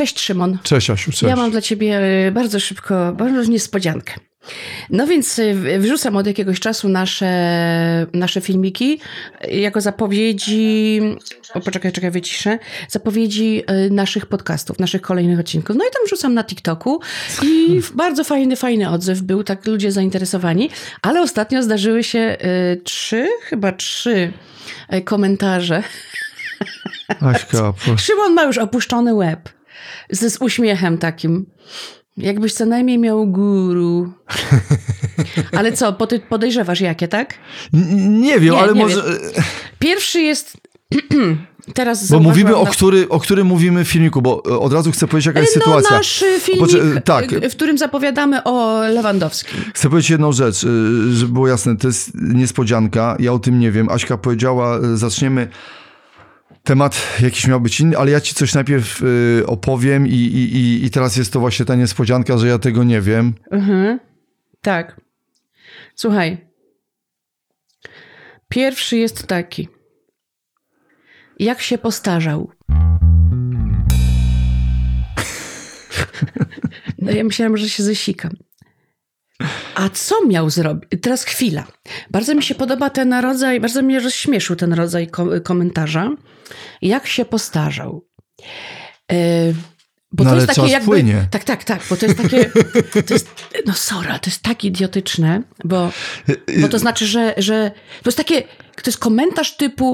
Cześć Szymon. Cześć Asiu, cześć. Ja mam dla ciebie bardzo szybko, bardzo niespodziankę. No więc wrzucam od jakiegoś czasu nasze filmiki jako zapowiedzi, czekaj, wyciszę, zapowiedzi naszych podcastów, naszych kolejnych odcinków. No i tam wrzucam na TikToku i bardzo fajny odzew był, tak ludzie zainteresowani, ale ostatnio zdarzyły się trzy komentarze. Aśka, Szymon ma już opuszczony łeb z uśmiechem takim. Jakbyś co najmniej miał guru. Ale co, podejrzewasz jakie, tak? Nie wiem, ale nie może... Wiesz. Pierwszy jest... Teraz bo mówimy, o którym mówimy w filmiku, bo od razu chcę powiedzieć, jaka jest sytuacja. Nasz filmik, w którym zapowiadamy o Lewandowskim. Chcę powiedzieć jedną rzecz, żeby było jasne, to jest niespodzianka, ja o tym nie wiem. Aśka powiedziała, zaczniemy... Temat jakiś miał być inny, ale ja ci coś najpierw opowiem i teraz jest to właśnie ta niespodzianka, że ja tego nie wiem. Tak. Słuchaj. Pierwszy jest taki. Jak się postarzał? No ja myślałam, że się zesikam. A co miał zrobić? Teraz chwila. Bardzo mi się podoba ten rodzaj, bardzo mnie rozśmieszył ten rodzaj komentarza. Jak się postarzał? Bo to jest takie jakby... Płynie. Tak, bo to jest takie... to jest tak idiotyczne, bo to znaczy, że to jest takie... To jest komentarz typu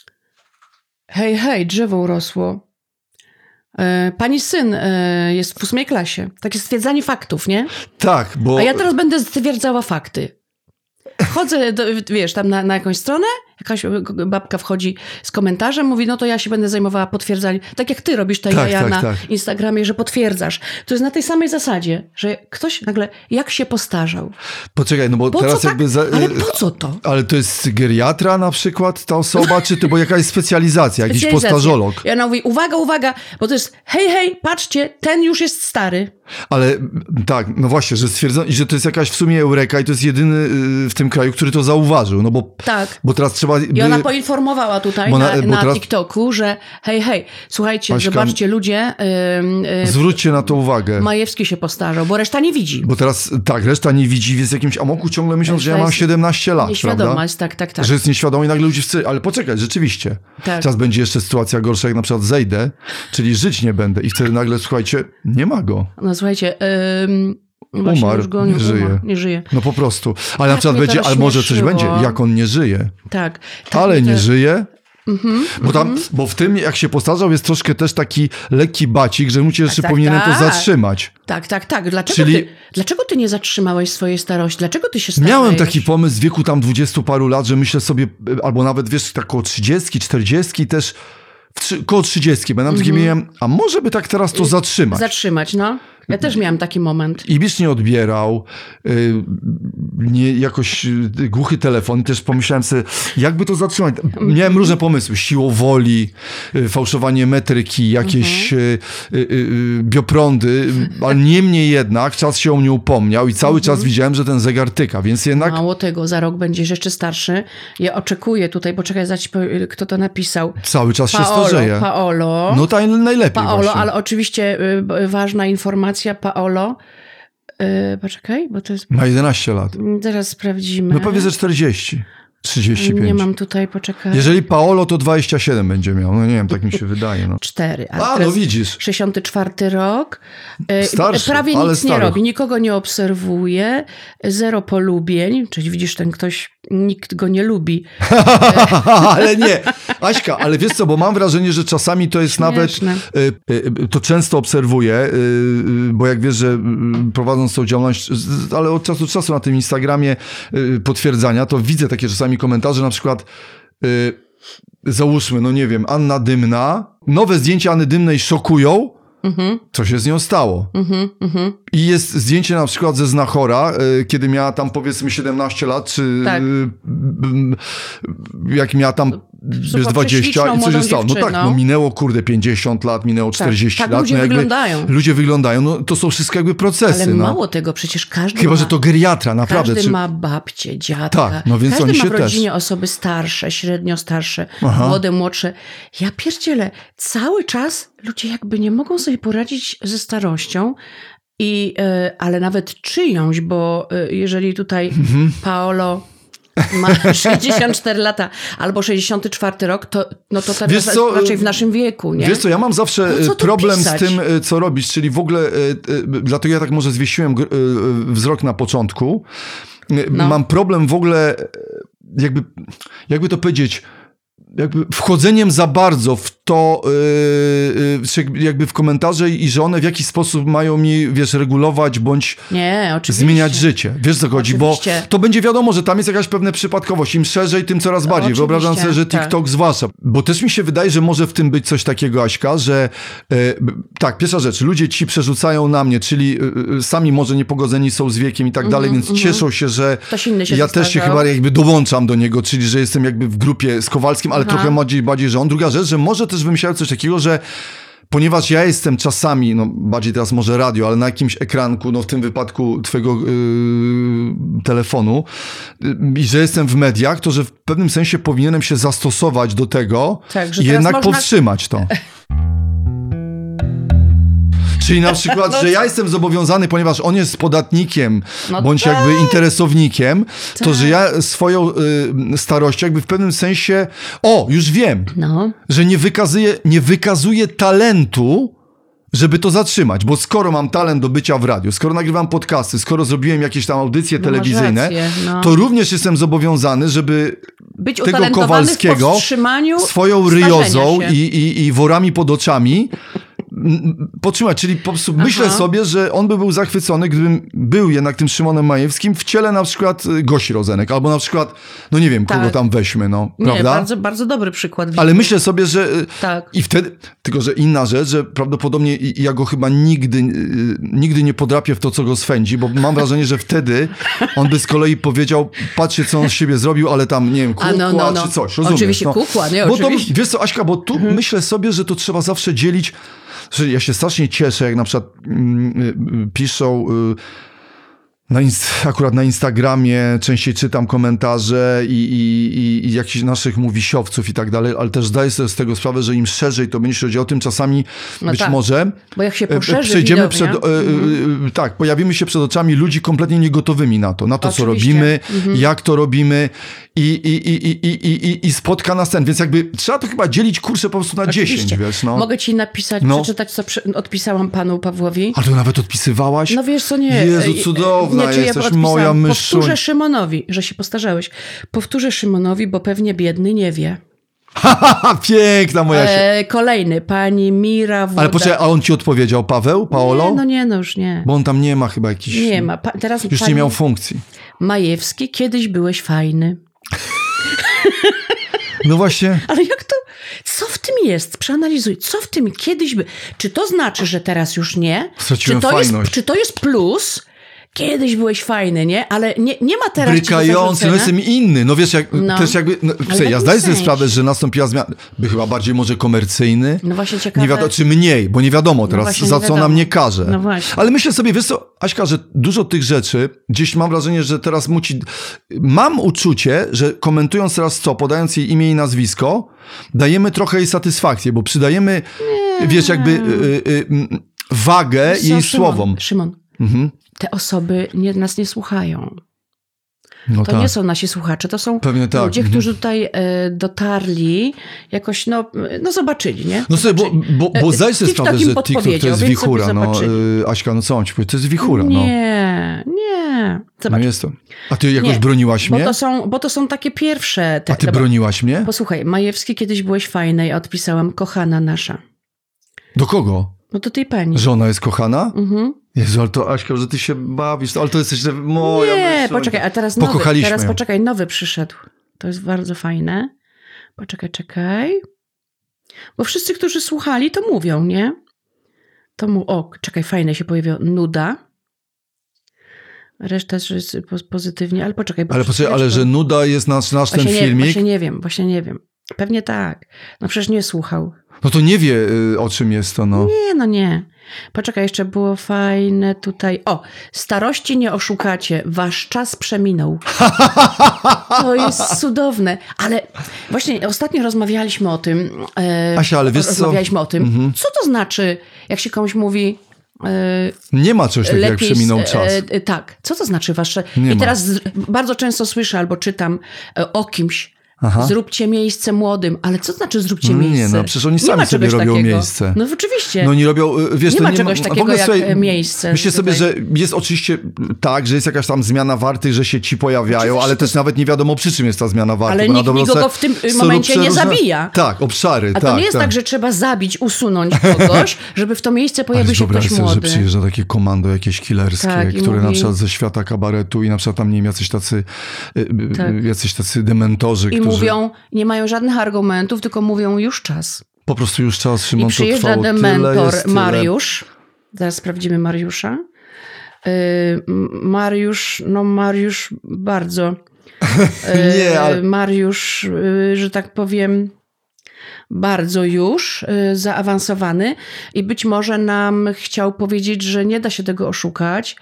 hej, drzewo urosło. Pani syn jest w 8 klasie. Takie stwierdzanie faktów, nie? Tak, bo... A ja teraz będę stwierdzała fakty. Wchodzę, tam na jakąś stronę, jakaś babka wchodzi z komentarzem, mówi, no to ja się będę zajmowała potwierdzaniem. Tak jak ty robisz na Instagramie, że potwierdzasz. To jest na tej samej zasadzie, że ktoś nagle, jak się postarzał. Poczekaj, no bo po teraz co jakby... Ale po co to? Ale to jest geriatra na przykład ta osoba, czy to, bo jakaś specjalizacja, jakiś postarzolog? I ona mówi, uwaga, bo to jest hej, patrzcie, ten już jest stary. Ale tak, no właśnie, że stwierdzono, że to jest jakaś w sumie eureka i to jest jedyny w tym kraju, który to zauważył, no bo, tak. Bo teraz trzeba... I ona poinformowała tutaj na teraz... TikToku, że hej, słuchajcie, Aśka, zobaczcie ludzie... zwróćcie na to uwagę. Majewski się postarzał, bo reszta nie widzi. Bo teraz, reszta nie widzi, jest w jakimś amoku ciągle myśląc, że ja mam 17 lat, nieświadoma prawda? jest, tak. Że jest nieświadomy i nagle ludzie ale poczekaj, rzeczywiście. Tak. Teraz będzie jeszcze sytuacja gorsza, jak na przykład zejdę, czyli żyć nie będę i wtedy nagle, słuchajcie, nie ma go. No słuchajcie... Umarł, już go nie żyje. No po prostu. Ale na przykład będzie, ale może coś będzie, jak on nie żyje. Tak. Ale nie żyje. Bo w tym, jak się postarzał, jest troszkę też taki lekki bacik, że powinienem to zatrzymać. Tak. Dlaczego ty nie zatrzymałeś swojej starości? Dlaczego ty się starzałeś? Miałem taki pomysł w wieku tam 20 paru lat, że myślę sobie, albo nawet wiesz, tak koło 30, 40 też, koło 30, bo nawet miałem, a może by tak teraz to zatrzymać. Zatrzymać, no. Ja też miałem taki moment. Ibisz nie odbierał, jakoś głuchy telefon. Też pomyślałem sobie, jakby to zatrzymać. Miałem różne pomysły. Siłą woli, fałszowanie metryki, jakieś bioprądy, ale niemniej jednak czas się o mnie upomniał i cały czas widziałem, że ten zegar tyka, więc jednak... Mało tego, za rok będziesz jeszcze starszy. Ja oczekuję tutaj, poczekaj, kto to napisał. Cały czas się starzeje. Paolo. No to najlepiej Paolo, właśnie. ale oczywiście ważna informacja, Paolo, poczekaj, bo to jest... Ma 11 lat. Zaraz sprawdzimy. No powie ze 40, 35. Nie mam tutaj, poczekaj. Jeżeli Paolo, to 27 będzie miał. No nie wiem, tak mi się wydaje. No. 4. No widzisz. 64 rok. Starszy, prawie ale nic starych. nie robi, nikogo nie obserwuje. 0 polubień, czyli widzisz, ten ktoś, nikt go nie lubi. Ale nie. Aśka, ale wiesz co, bo mam wrażenie, że czasami to jest śmieszne. Nawet, to często obserwuję, bo jak wiesz, że prowadząc tą działalność, ale od czasu do czasu na tym Instagramie potwierdzania, to widzę takie czasami komentarze, na przykład załóżmy, no nie wiem, Anna Dymna, nowe zdjęcia Anny Dymnej szokują, co się z nią stało. I jest zdjęcie na przykład ze Znachora, kiedy miała tam powiedzmy 17 lat, czy jak miała tam wiesz, 20 i coś się stało. No tak, no minęło 50 lat, minęło 40 lat. Ludzie wyglądają. Ludzie wyglądają, no to są wszystko jakby procesy. Ale mało tego, przecież każdy Chyba, że to geriatra, naprawdę. Każdy ma babcię, dziadka. Tak, no więc każdy oni ma się w rodzinie też. osoby starsze, średnio starsze, młode, młodsze. Ja pierdzielę, cały czas ludzie jakby nie mogą sobie poradzić ze starością, ale nawet czyjąś, bo jeżeli tutaj Paolo ma 64 lata albo 64 rok, to teraz raczej w naszym wieku, nie? Wiesz co, ja mam zawsze problem z tym, co robisz, czyli w ogóle, dlatego ja tak może zwiesiłem wzrok na początku. Mam problem w ogóle, jakby to powiedzieć, jakby wchodzeniem za bardzo w to, jakby w komentarze i że one w jakiś sposób mają mi, wiesz, regulować bądź zmieniać życie. Wiesz, co chodzi? Bo to będzie wiadomo, że tam jest jakaś pewna przypadkowość. Im szerzej, tym coraz bardziej. Wyobrażam sobie, że TikTok zwłaszcza. Bo też mi się wydaje, że może w tym być coś takiego, Aśka, że tak, pierwsza rzecz, ludzie ci przerzucają na mnie, czyli sami może niepogodzeni są z wiekiem i tak dalej, więc cieszą się, że ja też się chyba jakby dołączam do niego, czyli że jestem jakby w grupie z Kowalskim, ale trochę bardziej, że on. Druga rzecz, że może też wymyślał coś takiego, że ponieważ ja jestem czasami, no bardziej teraz może radio, ale na jakimś ekranku, no w tym wypadku twojego telefonu i że jestem w mediach, to że w pewnym sensie powinienem się zastosować do tego i jednak powstrzymać to. Czyli na przykład, że ja jestem zobowiązany, ponieważ on jest podatnikiem, bądź jakby interesownikiem, to że ja swoją starością jakby w pewnym sensie, już wiem, że nie wykazuję talentu, żeby to zatrzymać, bo skoro mam talent do bycia w radiu, skoro nagrywam podcasty, skoro zrobiłem jakieś tam audycje telewizyjne, to również jestem zobowiązany, żeby być tego Kowalskiego swoją ryjozą i worami pod oczami podtrzymać, czyli po prostu myślę sobie, że on by był zachwycony, gdybym był jednak tym Szymonem Majewskim w ciele na przykład Gosi Rozenek, albo na przykład, no nie wiem, kogo tam weźmy, prawda? Nie, bardzo, bardzo dobry przykład. Ale myślę sobie, że i wtedy, tylko że inna rzecz, że prawdopodobnie ja go chyba nigdy nie podrapię w to, co go swędzi, bo mam wrażenie, że wtedy on by z kolei powiedział, patrzcie, co on z siebie zrobił, ale tam, nie wiem, kukła czy coś, rozumiesz? Oczywiście kukła, nie? Bo to, wiesz co, Aśka, bo tu myślę sobie, że to trzeba zawsze dzielić. Ja się strasznie cieszę, jak na przykład piszą akurat na Instagramie, częściej czytam komentarze i jakichś naszych mówisiowców i tak dalej, ale też zdaję sobie z tego sprawę, że im szerzej to będzie się chodziło o tym, czasami być może bo jak się poszerzy przejdziemy pojawimy się przed oczami ludzi kompletnie niegotowymi na to, co robimy, jak to robimy i spotka nas ten, więc jakby trzeba to chyba dzielić kurczę po prostu na 10, wiesz, Mogę ci napisać, przeczytać, co odpisałam panu Pawłowi. Ale to nawet odpisywałaś? No wiesz co, nie. Jezu, cudowna jesteś, moja myszu. Powtórzę Szymonowi, że się postarzałeś. Powtórzę Szymonowi, bo pewnie biedny nie wie. Piękna moja się. Kolejny, pani Mira Woda. Ale poczekaj, a on ci odpowiedział, Paolo? Nie, już nie. Bo on tam nie ma chyba jakiś... Nie ma. Teraz już nie miał funkcji. Majewski, kiedyś byłeś fajny. No właśnie. Ale jak to... Co w tym jest? Przeanalizuj. Co w tym kiedyś by... Czy to znaczy, że teraz już nie? Straciłem fajność. Czy to jest plus? Kiedyś byłeś fajny, nie? Ale nie ma teraz brykający, jestem inny. No wiesz, też jakby... ja zdaję sobie sprawę, że nastąpiła zmiana. By chyba bardziej może komercyjny. No właśnie ciekawe. Nie wiadomo, czy mniej, bo nie wiadomo teraz, za co nam nie każe. No właśnie. Ale myślę sobie, wiesz co, Aśka, że dużo tych rzeczy, gdzieś mam wrażenie, że teraz mam uczucie, że komentując teraz podając jej imię i nazwisko, dajemy trochę jej satysfakcję, bo przydajemy, wiesz, jakby wagę jej słowom. Szymon. Te osoby nas nie słuchają. To tak. nie są nasi słuchacze, to są ludzie, którzy tutaj dotarli, jakoś, zobaczyli, nie? No sobie, bo zdajesz sobie sprawę, że TikTok to jest wichura. Aśka, co mam ci powiedzieć? To jest wichura. Nie. Zobacz. No jest to. A ty jakoś broniłaś mnie? Bo to są takie pierwsze... A ty broniłaś mnie? Posłuchaj, Majewski, kiedyś byłeś fajny, ja odpisałam, kochana nasza. Do kogo? No do tej pani. Że ona jest kochana? Jezu, ale to Aśka, że ty się bawisz, ale to jesteś moja Nie, myśl. poczekaj, a teraz nowy przyszedł. To jest bardzo fajne. Poczekaj. Bo wszyscy, którzy słuchali, to mówią, nie? Czekaj, fajne się pojawiło. Nuda. Reszta jest pozytywnie, ale poczekaj. Ale że nuda jest nasz ten filmik. Właśnie nie wiem. Pewnie tak. No przecież nie słuchał. No to nie wie, o czym jest to, no. Nie. Poczekaj, jeszcze było fajne tutaj. O, starości nie oszukacie, wasz czas przeminął. To jest cudowne. Ale właśnie ostatnio rozmawialiśmy o tym. Asia, ale wiesz rozmawialiśmy o tym, co to znaczy, jak się komuś mówi... Nie ma czegoś takiego, jak przeminął czas. Tak. Co to znaczy wasze... Nie I ma. teraz bardzo często słyszę albo czytam o kimś, zróbcie miejsce młodym. Ale co to znaczy zróbcie miejsce? Nie, no przecież oni sami sobie robią takiego. miejsce. No oczywiście. No oni robią, wiesz, nie to ma nie czegoś ma, takiego jak sobie, miejsce. Myślę sobie, tutaj. że jest oczywiście tak, że jest jakaś tam zmiana warty, że się ci pojawiają, Oczywiście. ale też nawet nie wiadomo, przy czym jest ta zmiana warty. Ale bo nikt nikogo w tym momencie nie zabija. Tak, obszary. A to nie jest tak, że trzeba zabić, usunąć kogoś, żeby w to miejsce pojawił się ktoś sobie, że młody. przyjeżdża takie komando jakieś killerskie, Tak, i które mówi... na przykład ze świata kabaretu i na przykład tam, nie wiem, jacyś tacy dementorzy, I którzy... mówią, nie mają żadnych argumentów, tylko mówią już czas. Po prostu już czas, Szymon, I przyjeżdża to trwało dementor tyle. Mariusz. Zaraz sprawdzimy Mariusza. Mariusz bardzo. Nie, ale... Mariusz, że tak powiem, bardzo już zaawansowany i być może nam chciał powiedzieć, że nie da się tego oszukać,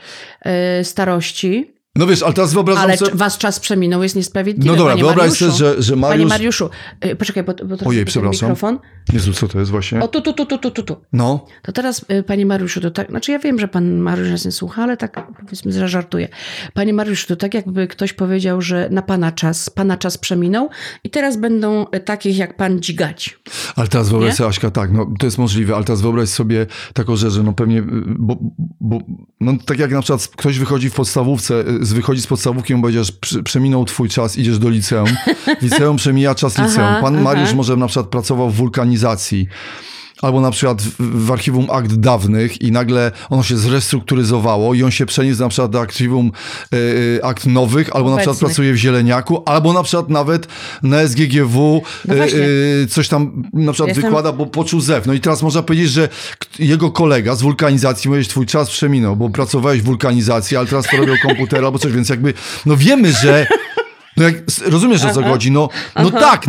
starości. No wiesz, ale teraz wyobrażam Ale sobie... was czas przeminął, jest niesprawiedliwy. No dobra, Panie wyobraź Mariuszu, sobie, że Mariusz... Panie Mariuszu, poczekaj, bo to Ojej, ten przepraszam. mikrofon. Jezu, co to jest właśnie? O, tu. No. To teraz, panie Mariuszu, to tak, znaczy ja wiem, że pan Mariusz nas nie słucha, ale tak powiedzmy, że żartuję. Panie Mariuszu, to tak jakby ktoś powiedział, że na pana czas przeminął i teraz będą takich jak pan dźigać. Ale teraz wyobraź sobie, Aśka, tak, no to jest możliwe, ale teraz wyobraź sobie taką rzecz, że no pewnie, bo no tak jak na przykład ktoś wychodzi w podstawówce, wychodzi z podstawówki i powiedział, że przeminął twój czas, idziesz do liceum. Liceum przemija czas liceum. Pan Mariusz może na przykład pracował w wulkanizacji. Albo na przykład w archiwum akt dawnych i nagle ono się zrestrukturyzowało i on się przeniósł na przykład do archiwum akt nowych, albo na przykład pracuje w Zieleniaku, albo na przykład nawet na SGGW coś tam na przykład wykłada, bo poczuł zew. No i teraz można powiedzieć, że jego kolega z wulkanizacji mówi, że twój czas przeminął, bo pracowałeś w wulkanizacji, ale teraz to robią komputery albo coś, więc jakby, no wiemy, że no jak, rozumiesz, o co chodzi? No tak,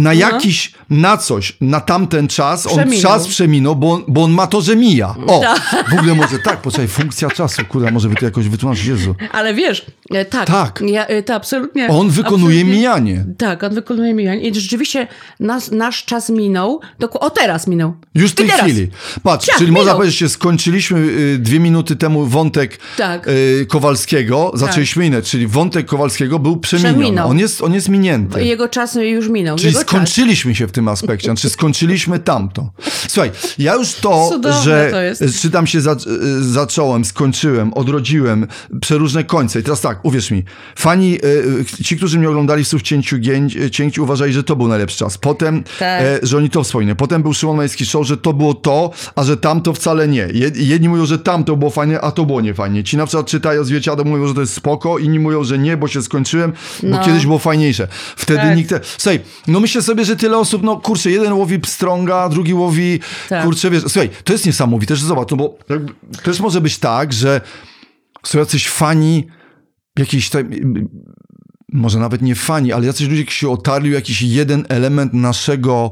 na coś, na tamten czas, czas przeminął, bo on ma to, że mija. O, w ogóle może tak, poczekaj, funkcja czasu, kurde, może by to jakoś wytłumaczyć, Jezu. Ale wiesz, tak. To absolutnie. On wykonuje mijanie. Tak, on wykonuje mijanie i rzeczywiście nasz czas minął, teraz minął. Już w tej chwili. Patrz, czyli można powiedzieć, że skończyliśmy 2 minuty temu wątek Kowalskiego, zaczęliśmy inne, czyli wątek Kowalskiego był przeminiony. On jest minięty. Jego czas już minął. Czyli skończyliśmy się w tym aspekcie, znaczy skończyliśmy tamto. Słuchaj, ja już że czytam się zacząłem, skończyłem, odrodziłem, przeróżne końce. I teraz tak, uwierz mi, fani, ci, którzy mnie oglądali w Słów Cięci, uważali, że to był najlepszy czas. Potem, że oni to wspomnieli. Potem był Szymon Majewski Show, że to było to, a że tamto wcale nie. Jedni mówią, że tamto było fajnie, a to było niefajnie. Ci na przykład czytają Zwierciadło, mówią, że to jest spoko, inni mówią, że nie, bo się skończyłem, bo kiedyś było fajniejsze. Wtedy nikt... Słuchaj, no myślę sobie, że tyle osób, no kurczę, jeden łowi pstrąga, drugi łowi, kurczę, wiesz, słuchaj, to jest niesamowite, że zobacz, no bo też może być tak, że są jacyś fani jakiś tam, może nawet nie fani, ale jacyś ludzie się otarli o jakiś jeden element naszego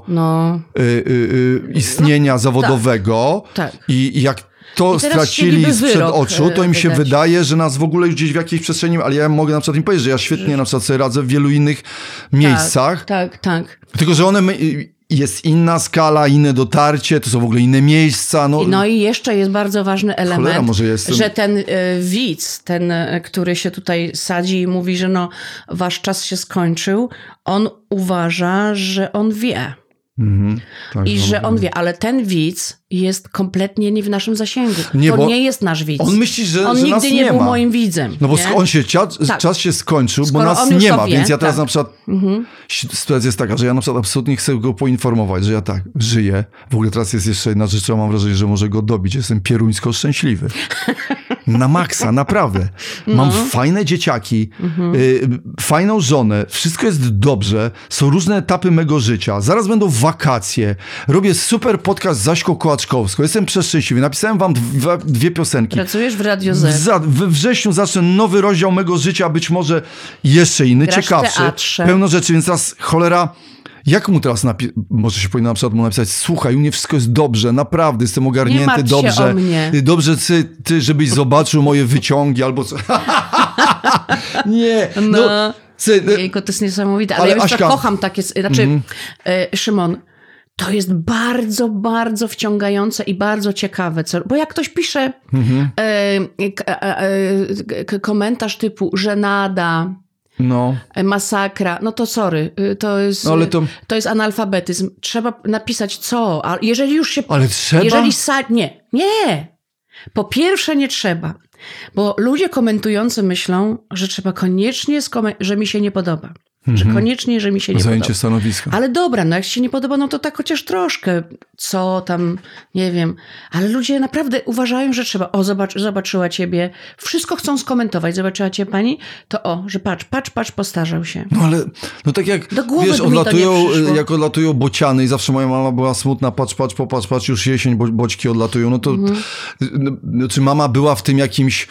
istnienia zawodowego i jak to stracili sprzed oczu, to im się wydaje, że nas w ogóle już gdzieś w jakiejś przestrzeni, ale ja mogę na przykład im powiedzieć, że ja świetnie na przykład sobie radzę w wielu innych miejscach. Tak. Tylko, że jest inna skala, inne dotarcie, to są w ogóle inne miejsca. No i jeszcze jest bardzo ważny element, że ten widz, który się tutaj sadzi i mówi, że wasz czas się skończył, on uważa, że on wie. I że on wie, ale ten widz jest kompletnie nie w naszym zasięgu. To nie jest nasz widz. On myśli, że on że nigdy nas nie był ma. moim widzem. No bo czas się skończył, bo nas nie ma, więc ja teraz na przykład sytuacja jest taka, że ja na przykład absolutnie chcę go poinformować, że ja tak żyję. W ogóle teraz jest jeszcze jedna rzecz, mam wrażenie, że może go dobić. Jestem pieruńsko szczęśliwy. Na maksa, naprawdę. Mam fajne dzieciaki, fajną żonę, wszystko jest dobrze, są różne etapy mego życia. Zaraz będą wakacje, robię super podcast z Zaśką Kołaczkowską, jestem przeszczęśliwy, napisałem wam 2 piosenki. Pracujesz w Radio Z. We wrześniu zacznę nowy rozdział mego życia, być może jeszcze inny, ciekawszy. Pełno rzeczy, więc teraz cholera... Jak mu teraz może się powinno na przykład mu napisać, słuchaj, u mnie wszystko jest dobrze, naprawdę, jestem ogarnięty, nie martw dobrze. się o mnie. Dobrze, ty, żebyś zobaczył moje wyciągi albo co. Nie, Jejku, to jest niesamowite, ale ja Aśka... kocham takie, znaczy, Szymon, to jest bardzo, bardzo wciągające i bardzo ciekawe, bo jak ktoś pisze komentarz typu żenada, masakra, no to sorry, to jest analfabetyzm. Trzeba napisać co, a jeżeli już się... Ale trzeba? Nie. Po pierwsze nie trzeba, bo ludzie komentujący myślą, że trzeba koniecznie, że mi się nie podoba. Że koniecznie, że mi się nie podoba. Zajęcie stanowiska. Ale dobra, no jak ci się nie podoba, no to tak chociaż troszkę, co tam, nie wiem. Ale ludzie naprawdę uważają, że trzeba, zobaczyła ciebie, wszystko chcą skomentować, zobaczyła cię pani, to że patrz, postarzał się. No ale, no tak jak, wiesz, jak odlatują bociany i zawsze moja mama była smutna, patrz, już jesień, boćki odlatują, no to, czy mama była w tym jakimś,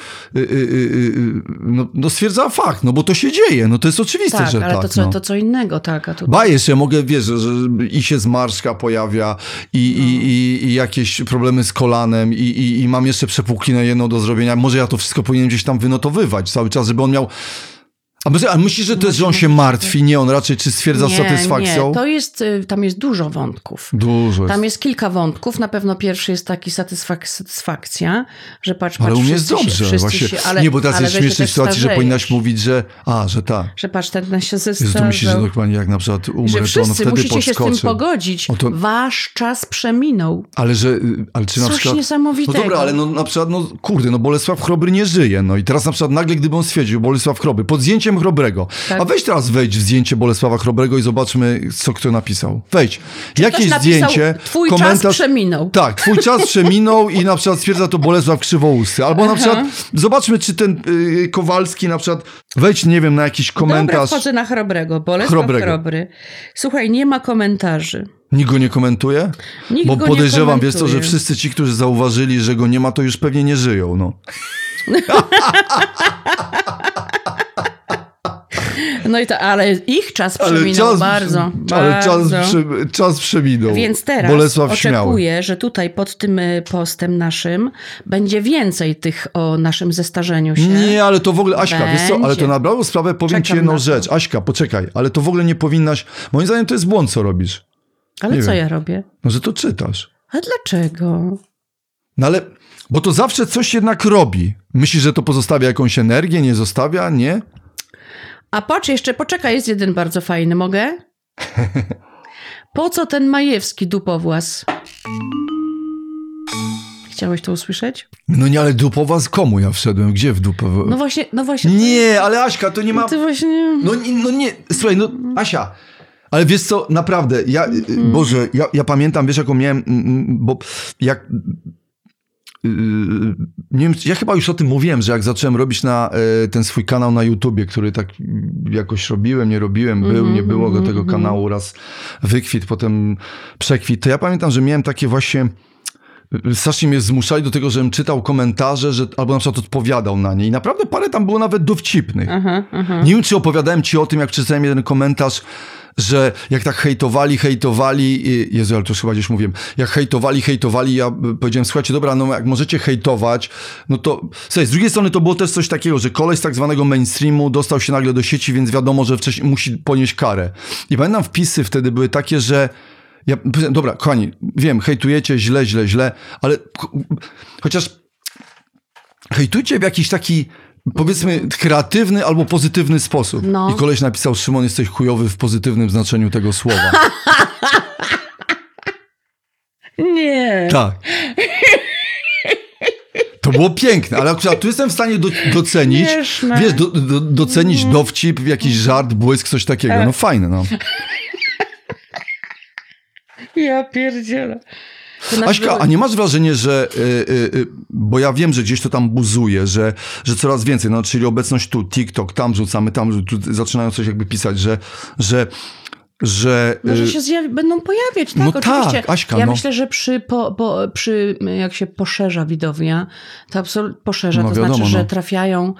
no stwierdzała fakt, no bo to się dzieje, no to jest oczywiste, że tak. To co innego, tak. A Bajesz, ja mogę, wiesz, że i się zmarszczka pojawia i jakieś problemy z kolanem i mam jeszcze przepuklinę jedną do zrobienia. Może ja to wszystko powinienem gdzieś tam wynotowywać cały czas, żeby on miał... A myślisz, że to jest, że on się martwi? Nie, on raczej czy stwierdza z satysfakcją? Nie, tam jest dużo wątków. Dużo Tam jest kilka wątków. Na pewno pierwszy jest taki satysfakcja, że patrz, ale u mnie jest dobrze. Właśnie. Nie, bo teraz jest śmiesznej sytuacji, że powinnaś mówić, że tak. Że patrz, ten się zestarzał. To myślisz, że dokładnie jak na przykład umrę, to on wtedy musicie się z tym pogodzić. Wasz czas przeminął. Ale czy na Coś przykład... niesamowitego. No dobra, ale na przykład, Bolesław Chrobry nie żyje. No i teraz na przykład nagle, gdyby on stwierdził, Bolesław Chrobry, pod zdjęciem Chrobrego. Tak. A weź teraz wejdź w zdjęcie Bolesława Chrobrego i zobaczmy, co kto napisał. Wejdź. Jakieś zdjęcie, twój czas przeminął. Tak, twój czas przeminął i na przykład stwierdza to Bolesław Krzywousty. Albo na przykład zobaczmy, czy ten Kowalski na przykład, wejdź, nie wiem, na jakiś komentarz. Dobra, wchodzę na Chrobrego. Bolesław Chrobry. Słuchaj, nie ma komentarzy. Nikt go nie komentuje? Nikt Bo go podejrzewam, wiesz co, że wszyscy ci, którzy zauważyli, że go nie ma, to już pewnie nie żyją, no. No i ale ich czas przeminął bardzo. Czas przeminął. Więc teraz Bolesław oczekuję, śmiały. że tutaj pod tym postem naszym będzie więcej tych o naszym zestarzeniu się. Nie, ale to w ogóle, Aśka, wiesz co, ale to na dobrą sprawę powiem ci jedną rzecz. Aśka, poczekaj, ale to w ogóle nie powinnaś, moim zdaniem to jest błąd, co robisz. Ale nie co ja robię? No, że to czytasz. A dlaczego? No ale, bo to zawsze coś jednak robi. Myślisz, że to pozostawia jakąś energię, nie zostawia, nie? A poczekaj, jest jeden bardzo fajny, mogę? Po co ten Majewski dupowłas? Chciałeś to usłyszeć? No nie, ale dupowłas komu ja wszedłem? Gdzie w dupowłas? No właśnie. Nie, ale Aśka, to nie ma... Ty właśnie... No nie, słuchaj, Asia, ale wiesz co, naprawdę, Boże, ja pamiętam, wiesz jaką miałem, bo jak... Nie wiem, ja chyba już o tym mówiłem, że jak zacząłem robić na ten swój kanał na YouTubie, który tak jakoś robiłem, nie robiłem, nie było go tego kanału, raz wykwit, potem przekwit, to ja pamiętam, że miałem takie właśnie, strasznie mnie zmuszali do tego, żebym czytał komentarze, albo na przykład odpowiadał na nie i naprawdę parę tam było nawet dowcipnych. Nie wiem, czy opowiadałem ci o tym, jak przeczytałem jeden komentarz, że jak tak hejtowali, Jezu, ale to już chyba gdzieś mówiłem, jak hejtowali, ja powiedziałem, słuchajcie, dobra, no jak możecie hejtować, no to, słuchaj, z drugiej strony to było też coś takiego, że koleś z tak zwanego mainstreamu dostał się nagle do sieci, więc wiadomo, że wcześniej musi ponieść karę. I pamiętam, wpisy wtedy były takie, że dobra, kochani, wiem, hejtujecie źle, ale chociaż hejtujcie w jakiś taki, powiedzmy, kreatywny albo pozytywny sposób. No. I koleś napisał, Szymon, jesteś chujowy w pozytywnym znaczeniu tego słowa. Nie. Tak. To było piękne, ale akurat tu jestem w stanie docenić, wiesz, docenić dowcip, jakiś żart, błysk, coś takiego. No fajne, no. Ja pierdzielę. Aśka, a nie masz wrażenia, że, bo ja wiem, że gdzieś to tam buzuje, że coraz więcej, no, czyli obecność tu, TikTok, tam rzucamy, tu zaczynają coś jakby pisać, że że... Może się będą pojawiać, tak? No oczywiście. tak, Aśka, ja no. myślę, że przy jak się poszerza widownia, to absolutnie poszerza, No to wiadomo, znaczy, że no. trafiają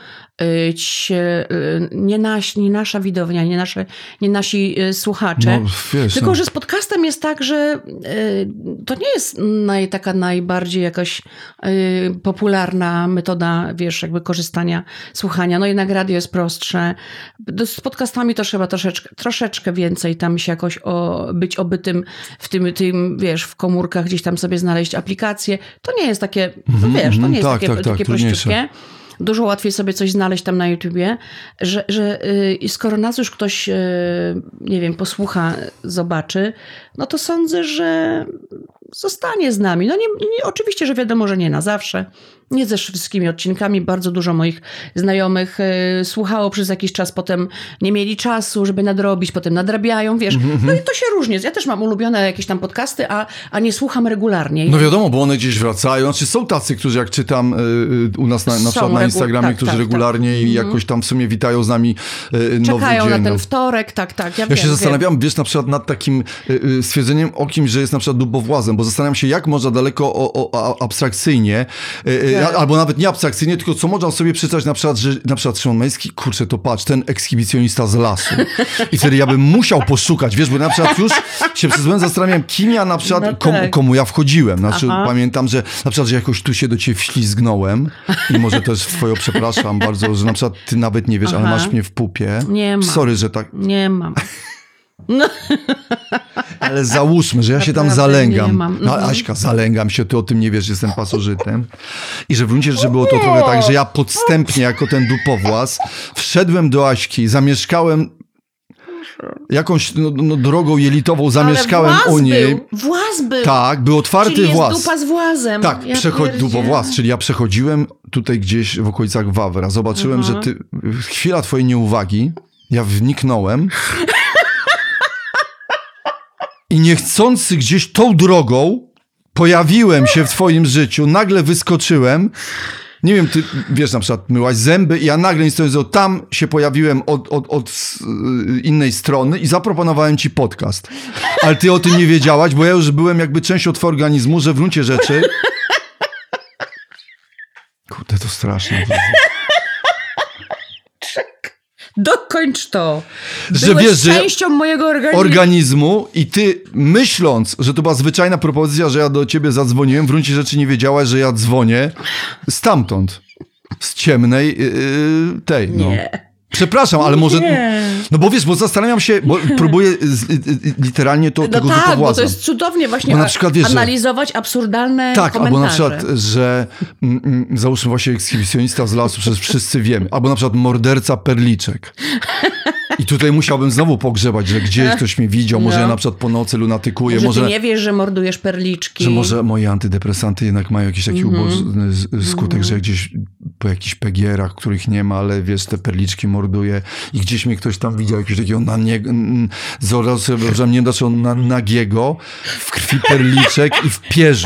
nie nasza widownia, nie nasi słuchacze. No, wiesz, Tylko, no. że z podcastem jest tak, że to nie jest taka najbardziej jakaś popularna metoda, wiesz, jakby korzystania, słuchania. No jednak radio jest prostsze. Z podcastami to trzeba troszeczkę więcej tam się jakoś być obytym w tym, wiesz, w komórkach gdzieś tam sobie znaleźć aplikację. To nie jest takie, no wiesz, to nie jest takie prościutkie. Dużo łatwiej sobie coś znaleźć tam na YouTubie, że skoro nas już ktoś, nie wiem, posłucha, zobaczy, no to sądzę, że zostanie z nami. No oczywiście, że wiadomo, że nie na zawsze. Nie ze wszystkimi odcinkami. Bardzo dużo moich znajomych słuchało przez jakiś czas, potem nie mieli czasu, żeby nadrobić, potem nadrabiają, wiesz. No i to się różni. Ja też mam ulubione jakieś tam podcasty, a nie słucham regularnie. No wiadomo, bo one gdzieś wracają. Znaczy są tacy, którzy jak czytam u nas na przykład na Instagramie, którzy regularnie i jakoś tam w sumie witają z nami czekają nowy dzień. na ten wtorek, tak. Ja się zastanawiam, wiesz, na przykład nad takim stwierdzeniem o kimś, że jest na przykład dubowłazem, bo zastanawiam się, jak można daleko abstrakcyjnie, albo nawet nie abstrakcyjnie, tylko co można sobie przeczytać na przykład Szymon Majewski, kurczę, to patrz, ten ekshibicjonista z lasu. I wtedy ja bym musiał poszukać, wiesz, bo na przykład już się przez moment zastanawiam, kim ja na przykład, komu ja wchodziłem. Znaczy, pamiętam, że na przykład, że jakoś tu się do ciebie wślizgnąłem i może też twoje przepraszam bardzo, że na przykład ty nawet nie wiesz, ale masz mnie w pupie. Nie mam. Sorry, że tak. Nie mam. No. Ale załóżmy, że ja się tam zalęgam. No, Aśka, zalęgam się, ty o tym nie wiesz, jestem pasożytem. I że w gruncie rzeczy było to trochę tak, że ja podstępnie, jako ten dupowłaz, wszedłem do Aśki, zamieszkałem jakąś drogą jelitową, zamieszkałem u niej. Właz był. Tak, był otwarty czyli właz. Jest dupa z włazem. Tak, dupowłaz, czyli ja przechodziłem tutaj gdzieś w okolicach Wawra. Zobaczyłem, że chwila twojej nieuwagi, ja wniknąłem. I niechcący gdzieś tą drogą pojawiłem się w twoim życiu, nagle wyskoczyłem. Nie wiem, ty wiesz, na przykład myłaś zęby i ja nagle tam się pojawiłem od innej strony i zaproponowałem ci podcast. Ale ty o tym nie wiedziałaś, bo ja już byłem jakby częścią twojego organizmu, że w gruncie rzeczy... Kurde, to straszne. Dokończ to. Że wiesz, częścią mojego organizmu i ty myśląc, że to była zwyczajna propozycja, że ja do ciebie zadzwoniłem, w gruncie rzeczy nie wiedziałaś, że ja dzwonię stamtąd. Z ciemnej tej, no. Nie. Przepraszam, ale może... Nie. No bo wiesz, bo zastanawiam się, bo próbuję literalnie tego dupowłaza. Bo to jest cudownie właśnie na przykład, wiesz, analizować absurdalne tak, komentarze. albo na przykład, że załóżmy właśnie ekshibicjonista z lasu, przecież wszyscy wiemy. Albo na przykład morderca perliczek. I tutaj musiałbym znowu pogrzebać, że gdzieś ktoś mnie widział, może ja na przykład po nocy lunatykuję. Może ty nie wiesz, że mordujesz perliczki. Że może moje antydepresanty jednak mają jakiś taki uboczny skutek, że gdzieś po jakichś pegierach, których nie ma, ale wiesz, te perliczki morduje i gdzieś mnie ktoś tam widział, jakiegoś takiego nagiego w krwi perliczek i w pierzu.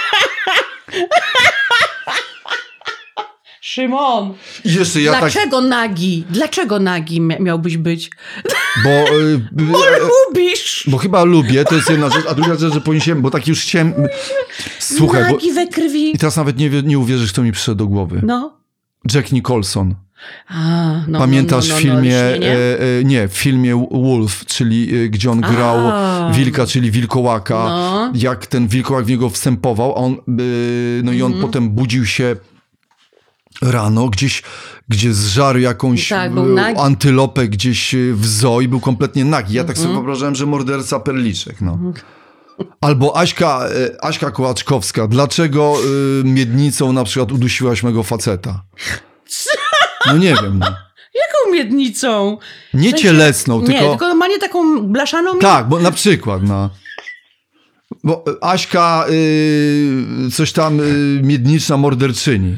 Szymon, I jeszcze Dlaczego nagi miałbyś być? Bo lubisz! Bo chyba lubię, to jest jedna rzecz, a druga rzecz, że powinienem, bo tak już chciałem... Słuchaj, nagi we krwi. I teraz nawet nie uwierzysz, kto mi przyszedł do głowy. No. Jack Nicholson. Pamiętasz w filmie, w filmie Wolf, czyli gdzie on grał wilka, czyli wilkołaka, jak ten wilkołak w niego wstępował, a on, i on potem budził się rano, gdzie zżarł jakąś antylopę gdzieś w zoo i był kompletnie nagi. Ja tak sobie wyobrażałem, że morderca perliczek, no. Albo Aśka Kołaczkowska. Dlaczego miednicą na przykład udusiłaś mego faceta? No nie wiem. No. Jaką miednicą? Nie cielesną, tylko... Nie, tylko normalnie taką blaszaną... Tak, bo na przykład, no. Bo Aśka coś tam miedniczna morderczyni.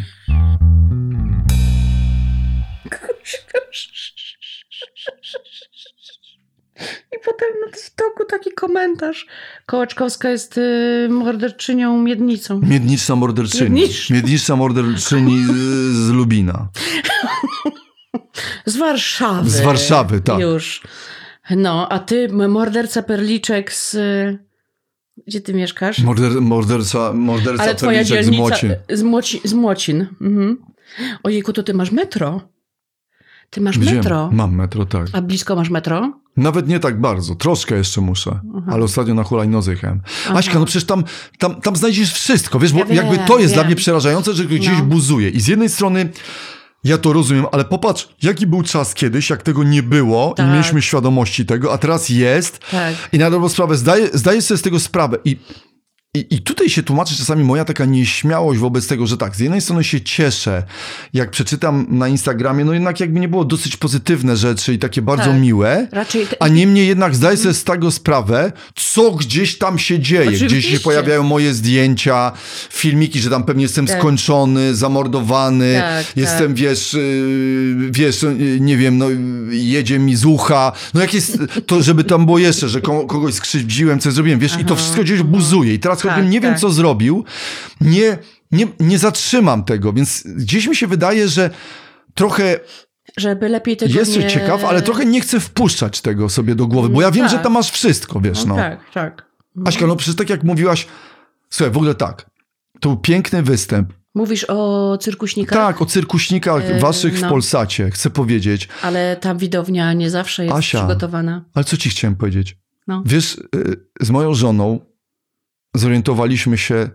I potem na TikToku taki komentarz. Kołaczkowska jest morderczynią miednicą. Miedniczna morderczyni. Miedniczna morderczyni z Lubina. Z Warszawy. Z Warszawy, tak. Już. No, a ty, morderca Perliczek z... Gdzie ty mieszkasz? Morderca Ale twoja Perliczek dzielnica z Młocin. z Młocin. Mhm. Ojejku, to ty masz metro. Ty masz Wiem, metro. mam metro, tak. A blisko masz metro? Nawet nie tak bardzo, troszkę jeszcze muszę, ale ostatnio na hulajnodze jechałem. Aśka, no przecież tam znajdziesz wszystko, wiesz, bo Ja jakby wiem, to jest dla wiem. mnie przerażające, że gdzieś buzuje. I z jednej strony ja to rozumiem, ale popatrz, jaki był czas kiedyś, jak tego nie było Tak. i mieliśmy świadomości tego, a teraz jest. Tak. I na dobrą sprawę zdaję sobie z tego sprawę. I tutaj się tłumaczy czasami moja taka nieśmiałość wobec tego, że tak, z jednej strony się cieszę, jak przeczytam na Instagramie, no jednak jakby nie było dosyć pozytywne rzeczy i takie bardzo miłe, Raczej... a niemniej jednak zdaję sobie z tego sprawę, co gdzieś tam się dzieje. Oczywiście. Gdzieś się pojawiają moje zdjęcia, filmiki, że tam pewnie jestem skończony, zamordowany, jestem, wiesz, nie wiem, no jedzie mi z ucha, no jak jest to, żeby tam było jeszcze, że kogoś skrzywdziłem, coś zrobiłem, wiesz, i to wszystko gdzieś buzuje. I teraz choćbym nie wiem, co zrobił, nie zatrzymam tego, więc gdzieś mi się wydaje, że trochę żeby lepiej tego jestem ciekaw, ale trochę nie chcę wpuszczać tego sobie do głowy, bo ja wiem, że tam masz wszystko, wiesz, no. Tak. Aśka, no przecież tak jak mówiłaś, słuchaj, w ogóle tak, to był piękny występ. Mówisz o cyrkuśnikach? Tak, o cyrkuśnikach waszych w Polsacie, chcę powiedzieć. Ale ta widownia nie zawsze jest przygotowana. Ale co ci chciałem powiedzieć? No. Wiesz, z moją żoną zorientowaliśmy się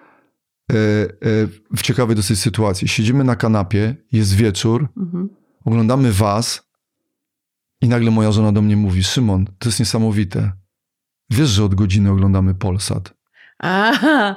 w ciekawej dosyć sytuacji. Siedzimy na kanapie, jest wieczór, oglądamy was i nagle moja żona do mnie mówi: Szymon, to jest niesamowite. Wiesz, że od godziny oglądamy Polsat. Aha.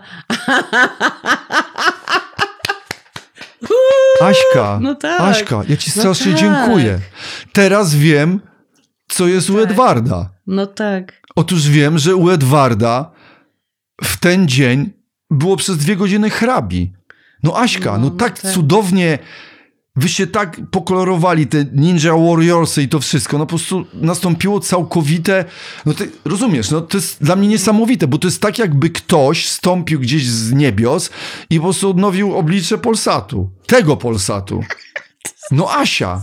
Aśka, no tak. Aśka, ja ci strasznie dziękuję. Teraz wiem, co jest u Edwarda. No tak. Otóż wiem, że u Edwarda w ten dzień było przez 2 godziny hrabi. No Aśka, no tak cudownie wy się tak pokolorowali, te Ninja Warriorsy i to wszystko, no po prostu nastąpiło całkowite, no ty rozumiesz, no to jest dla mnie niesamowite, bo to jest tak, jakby ktoś stąpił gdzieś z niebios i po prostu odnowił oblicze Polsatu. Tego Polsatu. No Asia.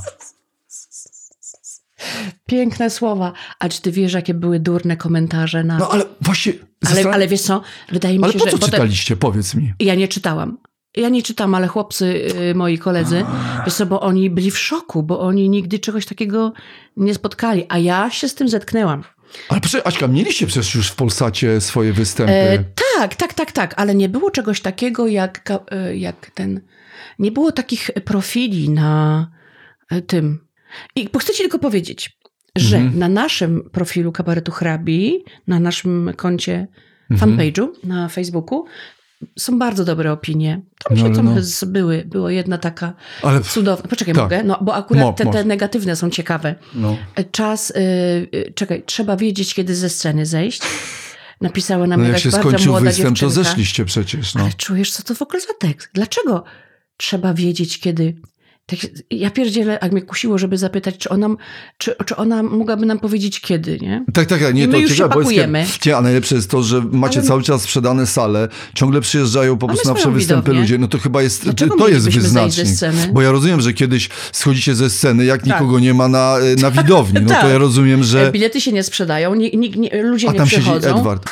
Piękne słowa. A czy ty wiesz, jakie były durne komentarze na... No ale właśnie... Ale wiesz co? Wydaje mi się, ale po co że... czytaliście? Powiedz mi. Ja nie czytałam. Ale chłopcy, moi koledzy, wiesz co, bo oni byli w szoku, bo oni nigdy czegoś takiego nie spotkali. A ja się z tym zetknęłam. Ale proszę, Aśka, mieliście przecież już w Polsacie swoje występy. Tak, ale nie było czegoś takiego jak ten... Nie było takich profili na tym. I chcę ci tylko powiedzieć, że na naszym profilu Kabaretu Hrabi, na naszym koncie fanpage'u na Facebooku są bardzo dobre opinie. Tam się było jedna taka cudowna. Poczekaj, mogę? No, bo akurat te negatywne są ciekawe. No. Czas, trzeba wiedzieć, kiedy ze sceny zejść. Napisała nam jakaś bardzo młoda dziewczynka. Jak się skończył występ, to zeszliście przecież. No. Ale czujesz, co to w ogóle za tekst? Dlaczego trzeba wiedzieć, kiedy... Ja pierdzielę, jak mnie kusiło, żeby zapytać, czy ona mogłaby nam powiedzieć kiedy, nie? Tak, nie, my to już się pakujemy. A najlepsze jest to, że macie cały czas sprzedane sale, ciągle przyjeżdżają po prostu na przewystępy ludzie, no to chyba jest, to jest wyznacznik. Bo ja rozumiem, że kiedyś schodzicie ze sceny, jak nikogo nie ma na widowni, no to ja rozumiem, że... Bilety się nie sprzedają, ludzie nie przychodzą. A tam siedzi Edward.